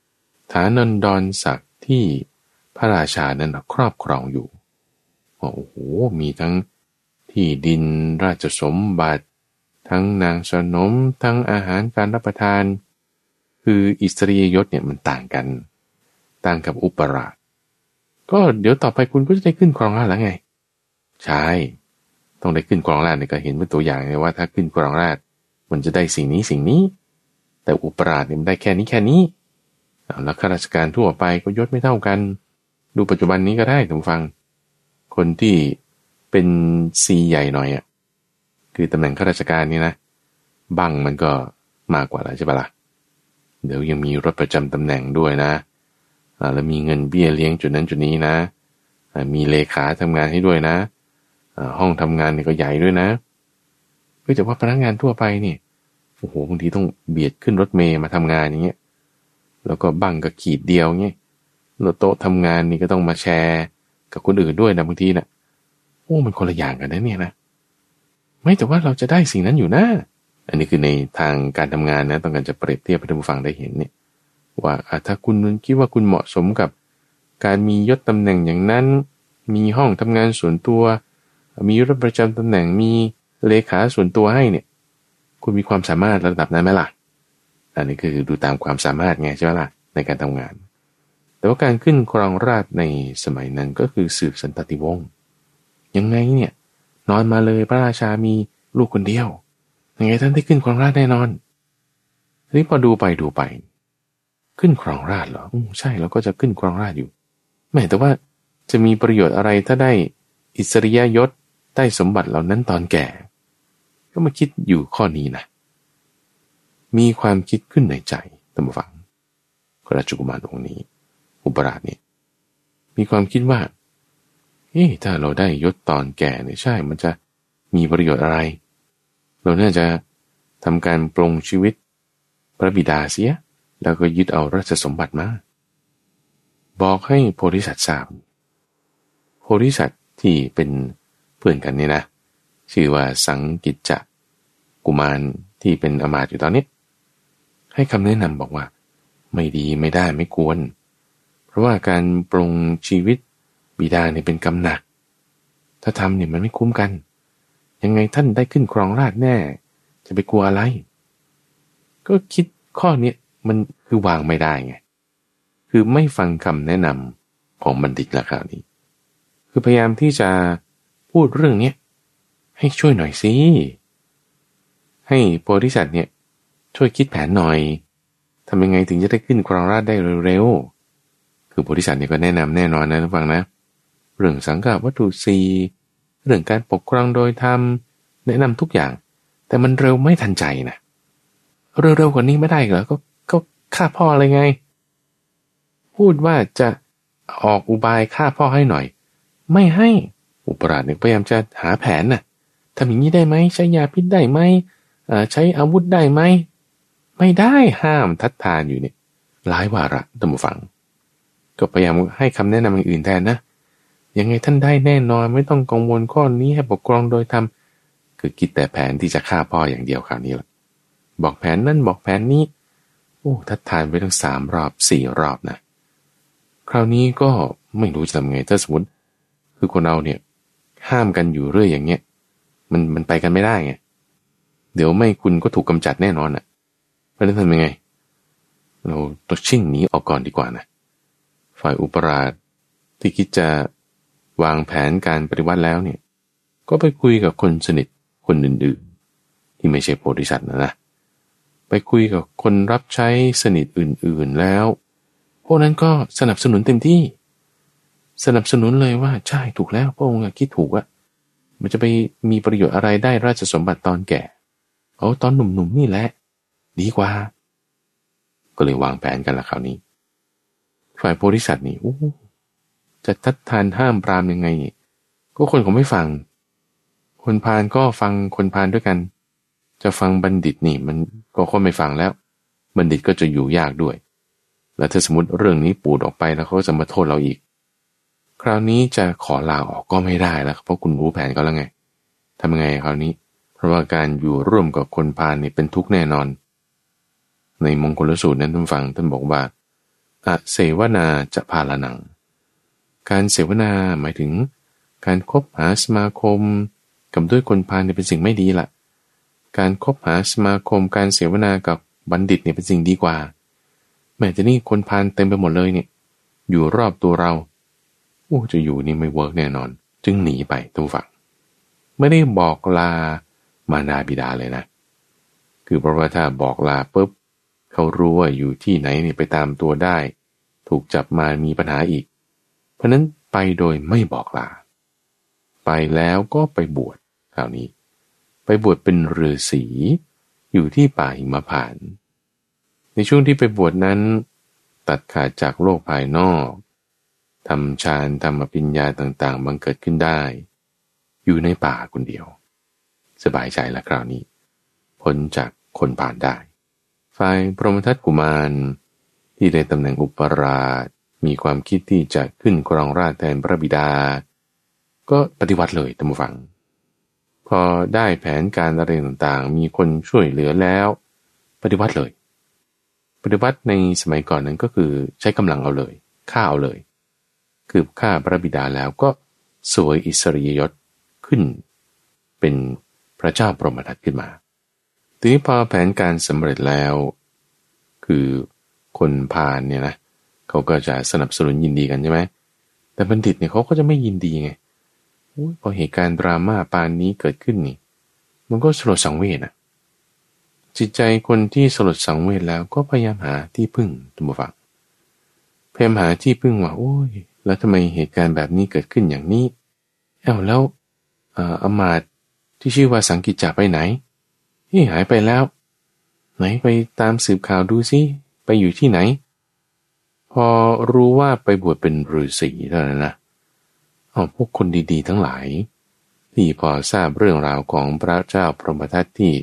ที่พระราชานั้นครอบครองอยู่โอ้โหมีทั้งที่ดินราชสมบัติทั้งนางสนมทั้งอาหารการรับประทานคืออิสริยยศเนี่ยมันต่างกันต่างกับอุปราชก็เดี๋ยวต่อไปคุณก็จะได้ขึ้นครองราชย์แล้วไงใช่ต้องได้ขึ้นครองราชย์เนี่ยก็เห็นเป็นตัวอย่างเลยว่าถ้าขึ้นครองราชย์มันจะได้สิ่งนี้แต่อุปราชเนี่ยมันได้แค่นี้แล้วข้าราชการทั่วไปก็ยศไม่เท่ากันดูปัจจุบันนี้ก็ได้ท่านฟังคนที่เป็นซีใหญ่หน่อยคือตำแหน่งข้าราชการนี่นะบังมันก็มากกว่าแล้วใช่ปะล่ะเดี๋ยวยังมีรถประจำตำแหน่งด้วยนะแล้วมีเงินเบี้ยเลี้ยงจุดนั้นจุดนี้นะมีเลขาทำงานให้ด้วยนะห้องทำงานนี่ก็ใหญ่ด้วยนะก็จะว่าพนักงานทั่วไปนี่โอ้โหบางทีต้องเบียดขึ้นรถเมล์มาทำงานอย่างเงี้ยแล้วก็บังกับขีดเดียวเงี้ยโต๊ะทำงานนี่ก็ต้องมาแชร์กับคนอื่นด้วยนะบางทีนะโอ้มันคนละอย่างกันนะเนี่ยนะไม่แต่ว่าเราจะได้สิ่งนั้นอยู่นะอันนี้คือในทางการทำงานนะต้องการจะเปรียบเทียบให้ท่านผู้ฟังได้เห็นเนี่ยว่าถ้าคุณคิดว่าคุณเหมาะสมกับการมียศตำแหน่งอย่างนั้นมีห้องทำงานส่วนตัวมีรถประจำตำแหน่งมีเลขาส่วนตัวให้เนี่ยคุณมีความสามารถระดับนั้นไหมล่ะอันนี้คือดูตามความสามารถไงใช่ไหมล่ะในการทำงานแต่ว่าการขึ้นครองราชย์ในสมัยนั้นก็คือสืบสันตติวงศ์ยังไงเนี่ยนอนมาเลยพระราชามีลูกคนเดียวยังไงท่านได้ขึ้นครองราชย์แน่นอนทีนี้พอดูไปขึ้นครองราชย์เหรอใช่เราก็จะขึ้นครองราชย์อยู่ไม่แต่ว่าจะมีประโยชน์อะไรถ้าได้อิสริยยศได้สมบัติเหล่านั้นตอนแก่ก็มาคิดอยู่ข้อนี้นะมีความคิดขึ้นในใจท่านผู้ฟังราชกุมารองค์นี้อุปราชเนี่ยมีความคิดว่าถ้าเราได้ยศตอนแก่เนี่ยใช่มันจะมีประโยชน์อะไรเราน่าจะทำการปลงชีวิตพระบิดาเสียแล้วก็ยึดเอาราชสมบัติมาบอกให้โพธิสัตว์ทราบโพธิสัตว์ที่เป็นเพื่อนกันเนี่ยนะชื่อว่าสังกิจจกุมารที่เป็นอมาตย์อยู่ตอนนี้ให้คำแนะนำบอกว่าไม่ดีไม่ได้ไม่ควรเพราะว่าการปลงชีวิตบิดาเนี่ยเป็นกรรมหนักถ้าทำเนี่ยมันไม่คุ้มกันยังไงท่านได้ขึ้นครองราชย์แน่จะไปกลัวอะไรก็คิดข้อนี้มันคือวางไม่ได้ไงคือไม่ฟังคำแนะนำของบัณฑิตละคราวนี้คือพยายามที่จะพูดเรื่องนี้ให้ช่วยหน่อยสิให้โพธิสัตว์เนี่ยช่วยคิดแผนหน่อยทำยังไงถึงจะได้ขึ้นครองราชย์ได้เร็วๆคือโพธิสัตว์เนี่ยก็แนะนำแน่นอนนะทุกฟังนะเรื่องสังฆวัตถุสี่เรื่องการปกครองโดยธรรมแนะนำทุกอย่างแต่มันเร็วไม่ทันใจนะเร็วๆกว่านี้ไม่ได้เหรอก็ฆ่าพ่ออะไรไงพูดว่าจะออกอุบายฆ่าพ่อให้หน่อยไม่ให้อุปราชเนี่ยพยายามจะหาแผนน่ะทำอย่างนี้ได้ไหมใช้ยาพิษได้ไหมใช้อาวุธได้ไหมไม่ได้ห้ามทัดทานอยู่เนี่ยหลายวาระท่านผู้ฟังก็พยายามให้คำแนะนำอย่างอื่นแทนนะยังไงท่านได้แน่นอนไม่ต้องกังวลข้อนี้ให้ปกครองโดยธรรมคือคิดแต่แผนที่จะฆ่าพ่ออย่างเดียวคราวนี้แหละบอกแผนนั่นบอกแผนนี้โอ้ทัดทานไปทั้ง3 รอบ 4 รอบนะคราวนี้ก็ไม่รู้จะทำไงถ้าสมมติคือคนเราเนี่ยห้ามกันอยู่เรื่อยอย่างเงี้ยมันไปกันไม่ได้ไงเดี๋ยวไม่คุณก็ถูกกำจัดแน่นอนอ่ะเพราะฉะนั้นทำยังไงเราต้องชิ่งหนีออกก่อนดีกว่านะฝ่ายอุปราชที่คิดจะวางแผนการปฏิวัติแล้วเนี่ยก็ไปคุยกับคนสนิทคนอื่นๆที่ไม่ใช่โพธิสัตว์นะไปคุยกับคนรับใช้สนิทอื่นๆแล้วพวกนั้นก็สนับสนุนเต็มที่สนับสนุนเลยว่าใช่ถูกแล้วพระองค์คิดถูกอะมันจะไปมีประโยชน์อะไรได้ราชสมบัติตอนแก่เอาตอนหนุ่มๆนี่แหละดีกว่าก็เลยวางแผนกันละคราวนี้ฝ่ายโพธิสัตว์นี่จะทัดทานห้ามปรามยังไงก็คนเขาไม่ฟังคนพาลก็ฟังคนพาลด้วยกันจะฟังบัณฑิตนี่มันก็ไม่ฟังแล้วบัณฑิตก็จะอยู่ยากด้วยแล้วถ้าสมมติเรื่องนี้ปูดออกไปแล้วเขาจะมาโทษเราอีกคราวนี้จะขอลาออกก็ไม่ได้แล้วเพราะคุณรู้แผนเขาแล้วไงทำยังไงคราวนี้เพราะว่าการอยู่ร่วมกับคนพาลนี่เป็นทุกข์แน่นอนในมงคลสูตรนั้นท่านฟังท่านบอกว่าอเสวนาจะพาลนังการเสวนาหมายถึงการคบหาสมาคมกับด้วยคนพาลเนี่ยเป็นสิ่งไม่ดีล่ะการคบหาสมาคมการเสวนากับบัณฑิตเนี่ยเป็นสิ่งดีกว่าแม้แต่นี่คนพาลเต็มไปหมดเลยเนี่ยอยู่รอบตัวเราจะอยู่นี่ไม่เวิร์กแน่นอนจึงหนีไปทุกฝั่งไม่ได้บอกลามารดาบิดาเลยนะคือเพราะว่าถ้าบอกลาปุ๊บเขารู้ว่าอยู่ที่ไหนนี่ไปตามตัวได้ถูกจับมามีปัญหาอีกเพราะนั้นไปโดยไม่บอกลาไปแล้วก็ไปบวชคราวนี้ไปบวชเป็นฤาษีอยู่ที่ป่าหิมพานต์ในช่วงที่ไปบวชนั้นตัดขาดจากโลกภายนอกทำฌานทำอภิญญาต่างๆบังเกิดขึ้นได้อยู่ในป่าคนเดียวสบายใจละคราวนี้พ้นจากคนผ่านได้ฝ่ายพรหมทัตกุมารที่ได้ตำแหน่งอุปราชมีความคิดที่จะขึ้นครองราชย์แทนพระบิดาก็ปฏิวัติเลยท่านผู้ฟังพอได้แผนการอะไรต่างๆมีคนช่วยเหลือแล้วปฏิวัติเลยปฏิวัติในสมัยก่อนนั้นก็คือใช้กำลังเอาเลยฆ่าเอาเลยคือฆ่าพระบิดาแล้วก็สวยอิสริยยศขึ้นเป็นพระเจ้าพรหมทัตขึ้นมาทีนี้พอแผนการสำเร็จแล้วคือคนพาลเนี่ยนะเขาก็จะสนับสนุนยินดีกันใช่ไหมแต่บัณฑิตเนี่ยเขาก็จะไม่ยินดีไงพอเหตุการณ์ดราม่าปานนี้เกิดขึ้นนี่มันก็สลดสังเวชนะจิตใจคนที่สลดสังเวชแล้วก็พยายามหาที่พึ่งทุกฝ่ายพยายามหาที่พึ่งว่าแล้วทำไมเหตุการณ์แบบนี้เกิดขึ้นอย่างนี้แล้วอมาตย์ที่ชื่อว่าสังกิจจะไปไหนหายไปแล้วไหนไปตามสืบข่าวดูซิไปอยู่ที่ไหนพอรู้ว่าไปบวชเป็นฤาษีเท่านั้นนะพวกคนดีๆทั้งหลายที่พอทราบเรื่องราวของพระเจ้าพรหมทัตที่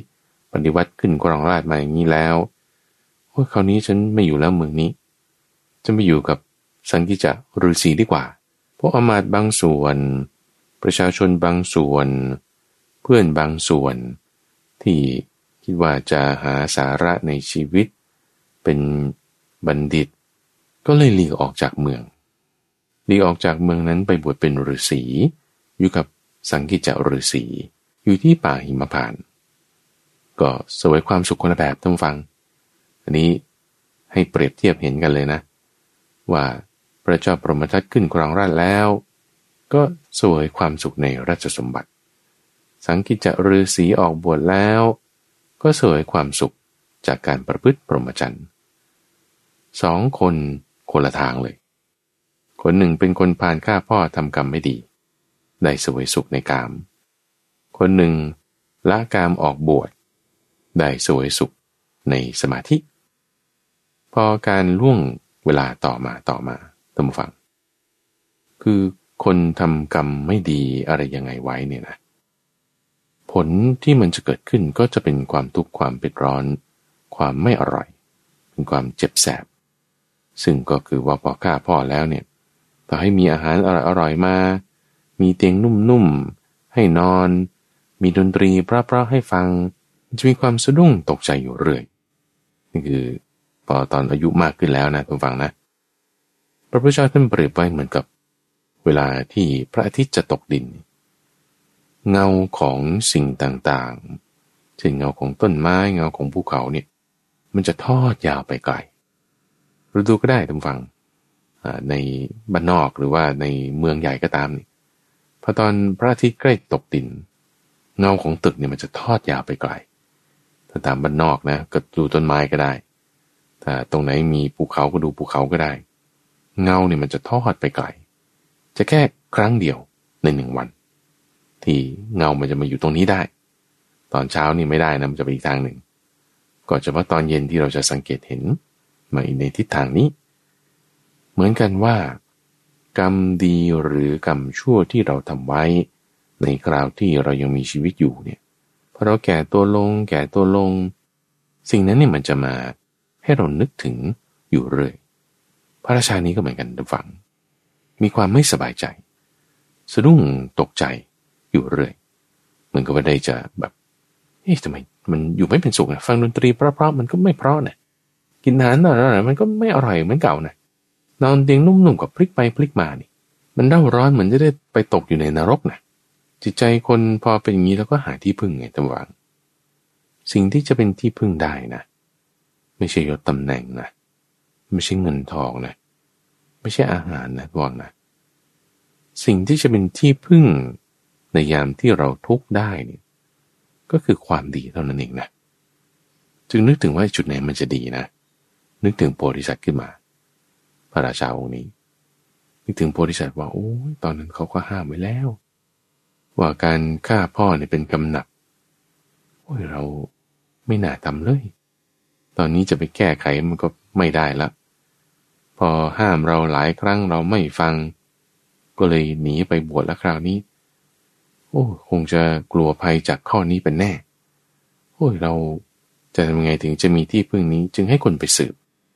ปฏิวัติขึ้นครองราชย์มาอย่างนี้แล้วโอ้ยคราวนี้ฉันไม่อยู่แล้วเมืองนี้จะไปอยู่กับสังกิจจฤาษีดีกว่าพวกอมาตย์บางส่วนประชาชนบางส่วนเพื่อนบางส่วนที่คิดว่าจะหาสาระในชีวิตเป็นบัณฑิตก็เลยหลีกออกจากเมืองหลีกออกจากเมืองนั้นไปบวชเป็นฤาษีอยู่กับสังกิจจฤาษีอยู่ที่ป่าหิมพานต์ก็เสวยความสุขคนละแบบท่านฟังอันนี้ให้เปรียบเทียบเห็นกันเลยนะว่าพระเจ้าพรหมทัตขึ้นครองราชย์แล้วก็เสวยความสุขในราชสมบัติสังกิจจฤาษีออกบวชแล้วก็เสวยความสุขจากการประพฤติพรหมจรรย์สองคนคนละทางเลยคนหนึ่งเป็นคนพาลฆ่าพ่อทำกรรมไม่ดีได้เสวยสุขในกามคนหนึ่งละกามออกบวชได้เสวยสุขในสมาธิพอการล่วงเวลาต่อมาท่านผู้ฟังคือคนทำกรรมไม่ดีอะไรยังไงไว้เนี่ยนะผลที่มันจะเกิดขึ้นก็จะเป็นความทุกข์ความเผ็ดร้อนความไม่อร่อยเป็นความเจ็บแสบซึ่งก็คือว่าพอฆ่าพ่อแล้วเนี่ยต่อให้มีอาหารอร่อยๆมามีเตียงนุ่มๆให้นอนมีดนตรีเพราะๆให้ฟังจะมีความสะดุ้งตกใจอยู่เรื่อยนี่คือพอตอนอายุมากขึ้นแล้วนะทุกฟังนะพระพุทธเจ้าท่านเปรียบไว้เหมือนกับเวลาที่พระอาทิตย์จะตกดินเงาของสิ่งต่างๆเช่นเงาของต้นไม้เงาของภูเขาเนี่ยมันจะทอดยาวไปไกลเราดูก็ได้ทุกฟังในบ้านนอกหรือว่าในเมืองใหญ่ก็ตามนี่พอตอนพระอาทิตย์ใกล้ตกดินเงาของตึกเนี่ยมันจะทอดยาวไปไกลถ้าตามบ้านนอกนะก็ดูต้นไม้ก็ได้ถ้าตรงไหนมีภูเขาก็ดูภูเขาก็ได้เงาเนี่ยมันจะทอดไปไกลจะแค่ครั้งเดียวใน1 วันที่เงามันจะมาอยู่ตรงนี้ได้ตอนเช้านี่ไม่ได้นะมันจะไปอีกทางหนึ่งก็เฉพาะตอนเย็นที่เราจะสังเกตเห็นมาในทิศทางนี้เหมือนกันว่ากรรมดีหรือกรรมชั่วที่เราทำไว้ในคราวที่เรายังมีชีวิตอยู่เนี่ยพอเราแก่ตัวลงสิ่งนั้นเนี่ยมันจะมาให้เรานึกถึงอยู่เรื่อยพระราชานี้ก็เหมือนกันทุกฝังมีความไม่สบายใจสะดุ้งตกใจอยู่เรื่อยเหมือนกับว่าได้จะแบบทำไมมันอยู่ไม่เป็นสุขนะฟังดนตรีเพราะๆมันก็ไม่เพราะนะกินอาหารอร่อยๆมันก็ไม่อร่อยเหมือนเก่านะนอนเตียงนุ่มๆกับพลิกไปพลิกมานี่มันเร่าร้อนเหมือนจะได้ไปตกอยู่ในนรกนะจิตใจคนพอเป็นอย่างนี้แล้วก็หาที่พึ่งไงท่านผู้ฟังสิ่งที่จะเป็นที่พึ่งได้นะไม่ใช่ยศตำแหน่งนะไม่ใช่เงินทองนะไม่ใช่อาหารนะระวังนะสิ่งที่จะเป็นที่พึ่งในยามที่เราทุกข์ได้นี่ก็คือความดีเท่านั้นเองนะจึงนึกถึงว่าจุดไหนมันจะดีนะนึกถึงโพธิสัตว์ขึ้นมาพระราชาองค์นี้นึกถึงโพธิสัตว์ว่าโอ้ยตอนนั้นเขาก็ห้ามไว้แล้วว่าการฆ่าพ่อเนี่ยเป็นกรรมหนักโอ้ยเราไม่น่าทำเลยตอนนี้จะไปแก้ไขมันก็ไม่ได้ละพอห้ามเราหลายครั้งเราไม่ฟังก็เลยหนีไปบวชแล้วคราวนี้โอ้คงจะกลัวภัยจากข้อนี้เป็นแน่โอ้ยเราจะทำยังไงถึงจะมีที่พึ่งนี้จึงให้คนไปสืบ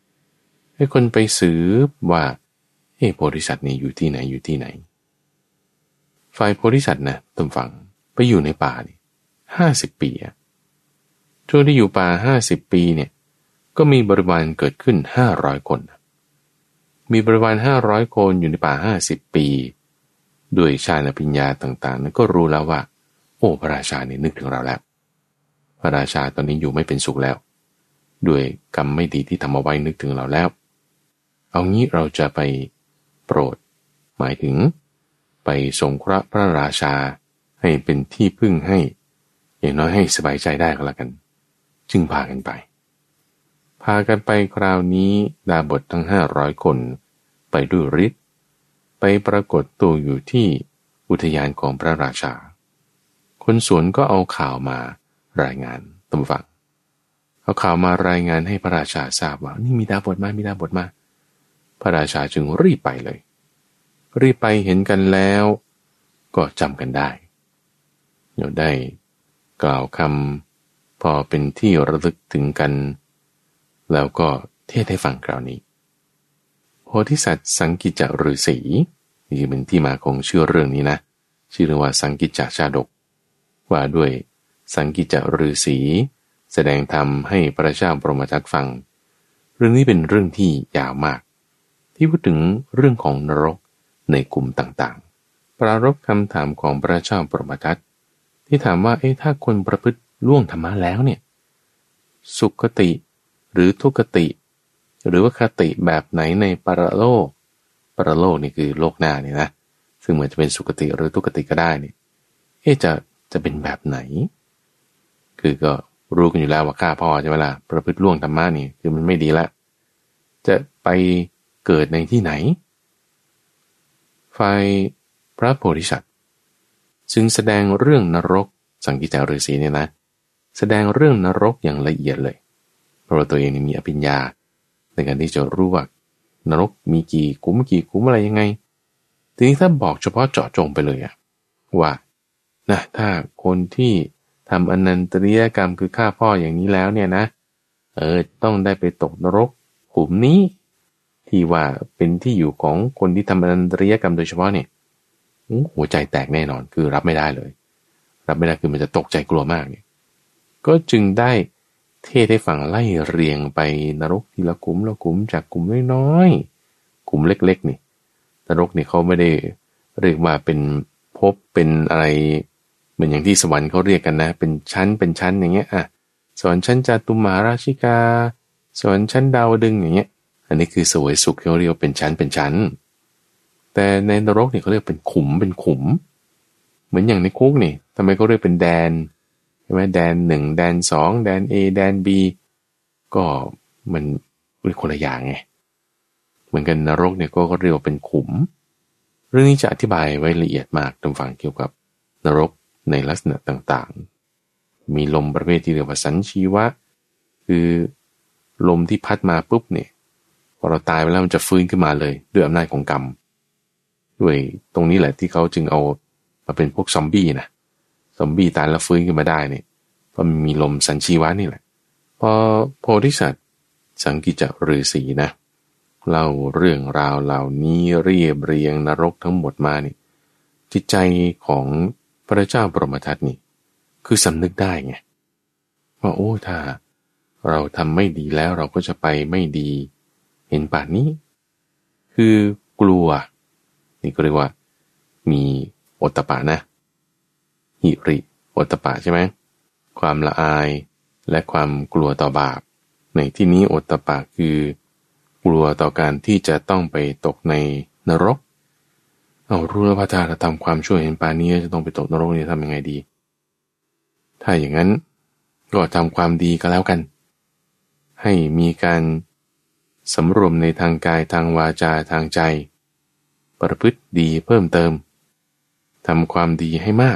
ว่าโพธิสัตว์นี่อยู่ที่ไหนฝ่ายโพธิสัตว์นะตำฝังไปอยู่ในป่านี่50 ปีช่วงที่อยู่ป่า50 ปีเนี่ยก็มีบริวารเกิดขึ้น500 คนมีบริวาร500 คนอยู่ในป่า50 ปีด้วยฌานปัญญาต่างๆนั้นก็รู้แล้วว่าโอ้พระราชาเนี่ยนึกถึงเราแล้วพระราชาตอนนี้อยู่ไม่เป็นสุขแล้วด้วยกรรมไม่ดีที่ทำเอาไว้นึกถึงเราแล้วเอางี้เราจะไปโปรดหมายถึงไปสงเคราะห์พระราชาให้เป็นที่พึ่งให้อย่างน้อยให้สบายใจได้ก็แล้วกันจึงพากันไปคราวนี้ดาบททั้ง500 คนไปด้วยฤทธิ์ไปปรากฏตัวอยู่ที่อุทยานของพระราชาคนสวนก็เอาข่าวมารายงานตำฝังเอาข่าวมารายงานให้พระราชาทราบว่านี่มีดาบทมาพระราชาจึงรีบไปเห็นกันแล้วก็จำกันได้ได้กล่าวคำพอเป็นที่ระลึกถึงกันแล้วก็เทศให้ฟังคราวนี้โพธิสัตว์สังกิจจฤาษีนี่เป็นที่มาของชื่อเรื่องนี้นะชื่อเรื่องว่าสังกิจจชาดกว่าด้วยสังกิจจฤาษีแสดงธรรมให้พระเจ้าบรมทัตฟังเรื่องนี้เป็นเรื่องที่ยาวมากที่พูดถึงเรื่องของนรกในกลุ่มต่างๆปรารภคำถามของพระเจ้าบรมทัตที่ถามว่าถ้าคนประพฤติล่วงธรรมะแล้วเนี่ยสุคติหรือทุกติหรือว่าคติแบบไหนในปรโลกนี่คือโลกหน้าเนี่ยนะซึ่งเหมือนจะเป็นสุคติหรือทุกติก็ได้เนี่ยจะเป็นแบบไหนคือก็รู้กันอยู่แล้วว่าฆ่าพ่อใช่ไหมล่ะประพฤติล่วงธรรมะนี่คือมันไม่ดีละจะไปเกิดในที่ไหนฝ่ายพระโพธิสัตว์ซึ่งแสดงเรื่องนรกสังกิจจฤาษีเนี่ยนะแสดงเรื่องนรกอย่างละเอียดเลยเพราะว่าตัวเองมีอภิญญาในการที่จะรู้ว่านรกมีกี่ขุมอะไรยังไงทีนี้ถ้าบอกเฉพาะเจาะจงไปเลยว่านะถ้าคนที่ทำอนันตริยกรรมคือฆ่าพ่ออย่างนี้แล้วเนี่ยนะต้องได้ไปตกนรกขุมนี้ที่ว่าเป็นที่อยู่ของคนที่ทำอนันตริยกรรมโดยเฉพาะเนี่ยหัวใจแตกแน่นอนคือรับไม่ได้เลยรับไม่ได้คือมันจะตกใจกลัวมากเนี่ยก็จึงได้เทศให้ฟังไล่เรียงไปนรกทีละขุมจากขุมน้อยๆขุมเล็กๆนี่นรกนี่เขาไม่ได้เรียกว่าเป็นภพเป็นอะไรเหมือนอย่างที่สวรรค์เขาเรียกกันนะเป็นชั้นอย่างเงี้ยสวรรค์ชั้นจาตุมหาราชิกาสวรรค์ชั้นดาวดึงส์อย่างเงี้ยอันนี้คือสวยสุขเขาเรียกว่าเป็นชั้นแต่ในนรกนี่เขาเรียกเป็นขุมเหมือนอย่างในคุกนี่ทำไมเขาเรียกเป็นแดนใช่ไหมแดน1แดน2แดน A แดน B ก็มันคนละอย่างไงเหมือนกันนรกเนี่ยก็เรียกว่าเป็นขุมเรื่องนี้จะอธิบายไว้ละเอียดมากตรงฝั่งเกี่ยวกับนรกในลักษณะต่างๆมีลมประเภทที่เรียกว่าสัญชีวะคือลมที่พัดมาปุ๊บเนี่ยพอเราตายไปแล้วมันจะฟื้นขึ้นมาเลยด้วยอำนาจของกรรมด้วยตรงนี้แหละที่เขาจึงเอามาเป็นพวกซอมบี้นะซอมบี้ตายแล้วฟื้นขึ้นมาได้เนี่ยเพราะมันมีลมสัญชีวะนี่แหละพอโพธิสัตว์สังกิจจฤาษีนะเล่าเรื่องราวเหล่านี้เรียบเรียงนรกทั้งหมดมานี่จิตใจของพระเจ้าบรมทัตนี่คือสำนึกได้ไงว่าถ้าเราทำไม่ดีแล้วเราก็จะไปไม่ดีเห็นป่านนี้คือกลัวนี่ก็เรียกว่ามีโอตตัปปะนะหิริโอตตัปปะใช่ไหมความละอายและความกลัวต่อบาปในที่นี้โอตตัปปะคือกลัวต่อการที่จะต้องไปตกในนรกรู้แล้วว่าถ้าเราทำความชั่วเห็นป่านนี้จะต้องไปตกนรกนี่ทำยังไงดีถ้าอย่างนั้นก็ทำความดีก็แล้วกันให้มีการสำรวมในทางกายทางวาจาทางใจประพฤติดีเพิ่มเติมทำความดีให้มาก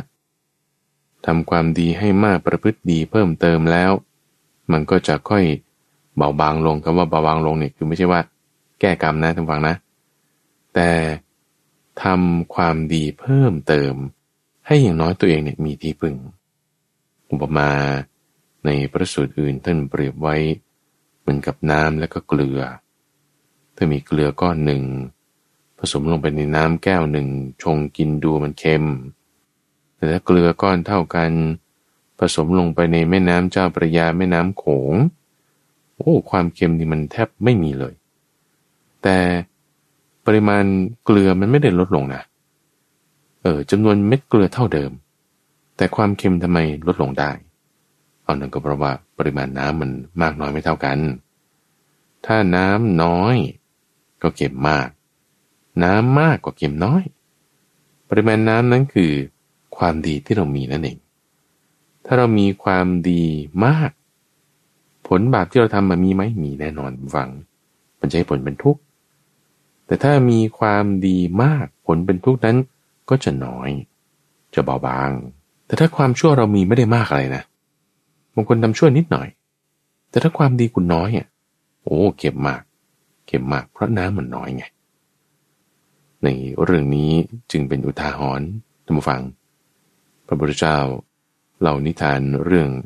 ประพฤติดีเพิ่มเติมแล้วมันก็จะค่อยเบาบางลงคำว่าเบาบางลงเนี่ยคือไม่ใช่ว่าแก้กรรมนะท่านฟังนะแต่ทำความดีเพิ่มเติมให้อย่างน้อยตัวเองเนี่ยมีที่พึ่งอุปมาในพระสูตรอื่นท่านเปรียบไว้เหมือนกับน้ำและก็เกลือถ้ามีเกลือก้อนหนึ่งผสมลงไปในน้ำแก้วหนึ่งชงกินดูมันเค็มแต่ถ้าเกลือก้อนเท่ากันผสมลงไปในแม่น้ำเจ้าพระยาแม่น้ำโขงความเค็มนี่มันแทบไม่มีเลยแต่ปริมาณเกลือมันไม่ได้ลดลงนะจำนวนเม็ดเกลือเท่าเดิมแต่ความเค็มทำไมลดลงได้นั่นก็เพราะว่าปริมาณน้ำมันมากน้อยไม่เท่ากันถ้าน้ำน้อยก็เค็มมากน้ำมากกว่าเค็มน้อยปริมาณน้ำนั้นคือความดีที่เรามีนั่นเองถ้าเรามีความดีมากผลบาปที่เราทำมันมีไหมมีแน่นอนฟังมันจะให้ผลเป็นทุกข์แต่ถ้ามีความดีมากผลเป็นทุกข์นั้นก็จะน้อยจะเบาบางแต่ถ้าความชั่วเรามีไม่ได้มากอะไรนะบางคนทำชั่วนิดหน่อยแต่ถ้าความดีคุณน้อยเก็บมากเพราะน้ำมันน้อยไงในเรื่องนี้จึงเป็นอุทาหรณ์ท่านผู้ฟังพระพุทธเจ้าเล่านิทานเรื่อง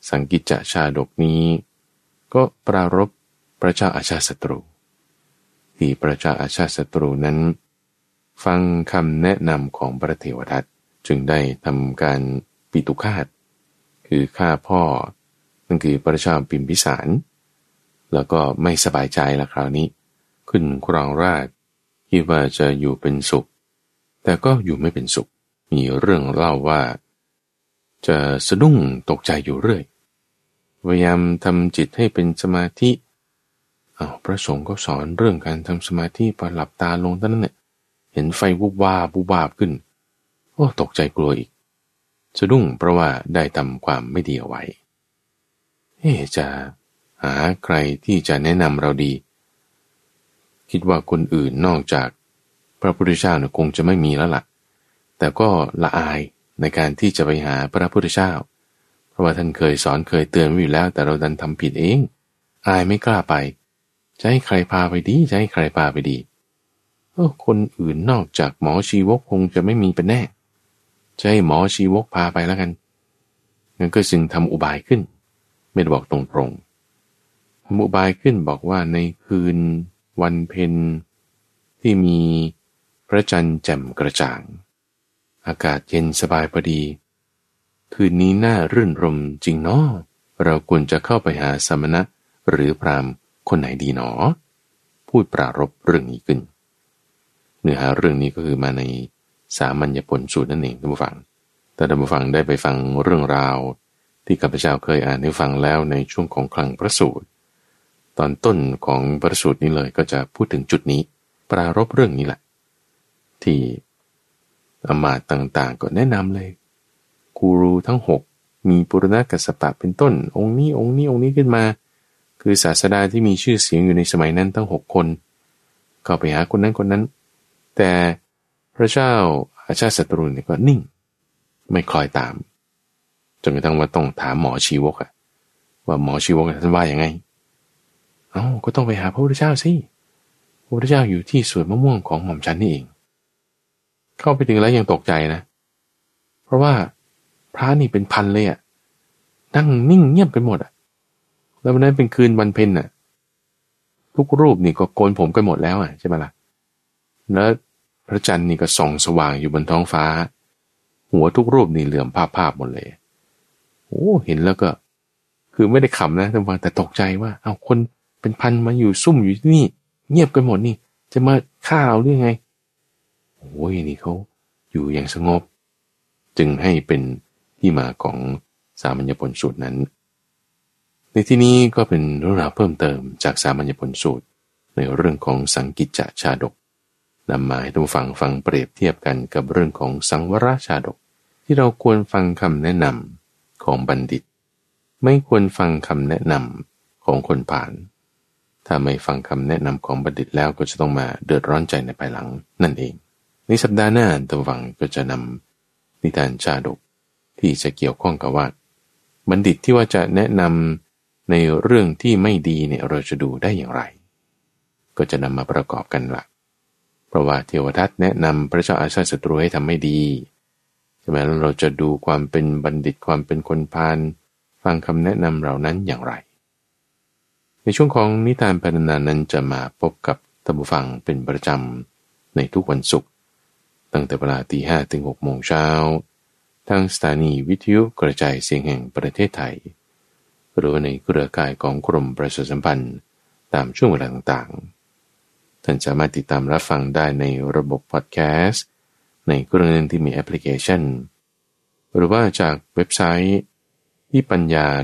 สังกิจจชาดกนี้ก็ปรารภพระเจ้าอาชาติศัตรูที่พระเจ้าอาชาติศัตรูนั้นฟังคำแนะนำของพระเทวทัตจึงได้ทำการปิตุฆาตคือฆ่าพ่อนั่นคือพระเจ้าพิมพิสารแล้วก็ไม่สบายใจละคราวนี้ขึ้นครองราชย์คิดว่าจะอยู่เป็นสุขแต่ก็อยู่ไม่เป็นสุขมีเรื่องเล่าว่าจะสะดุ้งตกใจอยู่เรื่อยพยายามทำจิตให้เป็นสมาธิพระสงฆ์ก็สอนเรื่องการทำสมาธิพอหลับตาลงตอนนั้นเนี่ยเห็นไฟวุบวาบวุบวาบขึ้นตกใจกลัวอีกสะดุ้งเพราะว่าได้ทำความไม่ดีเอาไว้จะหาใครที่จะแนะนำเราดีคิดว่าคนอื่นนอกจากพระพุทธเจ้าเนี่ยคงจะไม่มีแล้วล่ะแต่ก็ละอายในการที่จะไปหาพระพุทธเจ้าเพราะว่าท่านเคยสอนเคยเตือนไว้อยู่แล้วแต่เราดันทำผิดเองอายไม่กล้าไปจะให้ใครพาไปดีจะให้ใครพาไปดีคนอื่นนอกจากหมอชีวกคงจะไม่มีเป็นแน่จะให้หมอชีวกพาไปแล้วกันงั้นก็จึงทำอุบายขึ้นไม่ได้บอกตรงๆทำอุบายขึ้นบอกว่าในคืนวันเพ็ญที่มีพระจันทร์แจ่มกระจ่างอากาศเย็นสบายพอดีคืนนี้น่ารื่นรมจริงเนาะเราควรจะเข้าไปหาสมณะหรือพราหมณ์คนไหนดีหนอพูดปรารภเรื่องนี้ขึ้นเนื้อหาเรื่องนี้ก็คือมาในสามัญญผลสูตรนั่นเองท่านผู้ฟังแต่ท่านผู้ฟังได้ไปฟังเรื่องราวที่ข้าพเจ้าเคยอ่านให้ฟังแล้วในช่วงของคลังพระสูตรตอนต้นของพระสูตรนี้เลยก็จะพูดถึงจุดนี้ปรารภเรื่องนี้แหละที่อมาตย์ต่างๆก็แนะนำเลยกูรูทั้ง6มีปุรณกัสสปะเป็นต้นองค์นี้ขึ้นมาคือศาสดาที่มีชื่อเสียงอยู่ในสมัยนั้นทั้ง6คนเข้าไปหาคนนั้นแต่พระเจ้าอาชาติศัตรูเนี่ยก็นิ่งไม่คล้อยตามจนกระทั่งว่าต้องถามหมอชีวกว่าหมอชีวกท่านว่าอย่างไงก็ต้องไปหาพระพุทธเจ้าสิพระพุทธเจ้าอยู่ที่สวนมะม่วงของหม่อมฉันนี่เองเข้าไปถึงแล้วยังตกใจนะเพราะว่าพระนี่เป็นพันเลยนั่งนิ่งเงียบกันหมดแล้ววันนั้นเป็นคืนวันเพ็ญทุกรูปนี่ก็โกนผมกันหมดแล้วใช่ไหมล่ะแล้วพระจันทร์นี่ก็ส่องสว่างอยู่บนท้องฟ้าหัวทุกรูปนี่เหลื่อมภาพหมดเลยเห็นแล้วก็คือไม่ได้ขำนะท่านฟังแต่ตกใจว่าคนเป็นพันมาอยู่ซุ่มอยู่ที่นี่เงียบกันหมดนี่จะมาฆ่าเราหรือไงนี่เขาอยู่อย่างสงบจึงให้เป็นที่มาของสามัญญผลสูตรนั้นในที่นี้ก็เป็นเรื่องราวเพิ่มเติมจากสามัญญผลสูตรในเรื่องของสังกิจจชาดกนำมาให้ท่านฟังเปรียบเทียบกันกับเรื่องของสังวรชาดกที่เราควรฟังคำแนะนำของบัณฑิตไม่ควรฟังคำแนะนำของคนผ่านถ้าไม่ฟังคำแนะนำของบัณฑิตแล้วก็จะต้องมาเดือดร้อนใจในภายหลังนั่นเองในสัปดาห์หน้าท่านฟังก็จะนำนิทานชาดกที่จะเกี่ยวข้องกับว่าบัณฑิตที่ว่าจะแนะนำในเรื่องที่ไม่ดีเนี่ยเราจะดูได้อย่างไรก็จะนำมาประกอบกันละเพราะว่าเทวทัตแนะนำพระเจ้าอาชาติศัตรูให้ทำไม่ดีใช่ไหมแล้วเราจะดูความเป็นบัณฑิตความเป็นคนพาลฟังคำแนะนำเหล่านั้นอย่างไรในช่วงของนิทานพรรณนานั้นจะมาพบกับท่านผู้ฟังเป็นประจำในทุกวันศุกร์ตั้งแต่เวลา 5:00 ถึง 6:00 น.ทางสถานีวิทยุกระจายเสียงแห่งประเทศไทยหรือในเครือข่ายของกรมประชาสัมพันธ์ตามช่วงเวลาต่างๆท่านสามารถติดตามรับฟังได้ในระบบพอดแคสต์ในเครื่องเล่นที่มีแอปพลิเคชันหรือว่าจากเว็บไซต์ที่ปัญญา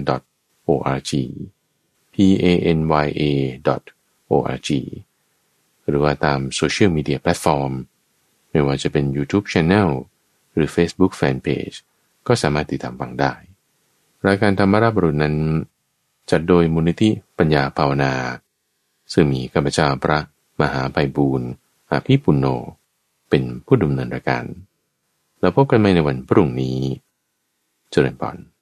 .org panya.org หรือว่าตามโซเชียลมีเดียแพลตฟอร์มไม่ว่าจะเป็น YouTube Channel หรือ Facebook Fanpage ก็สามารถติดตามฟังได้รายการธรรมราชบุรุษนั้นจัดโดยมูลนิธิปัญญาภาวนาซึ่งมีข้าพเจ้าพระมหาไพบูลย์อภิปุณโญเป็นผู้ดำเนินรายการแล้วพบกันใหม่ในวันพรุ่งนี้เจริญพร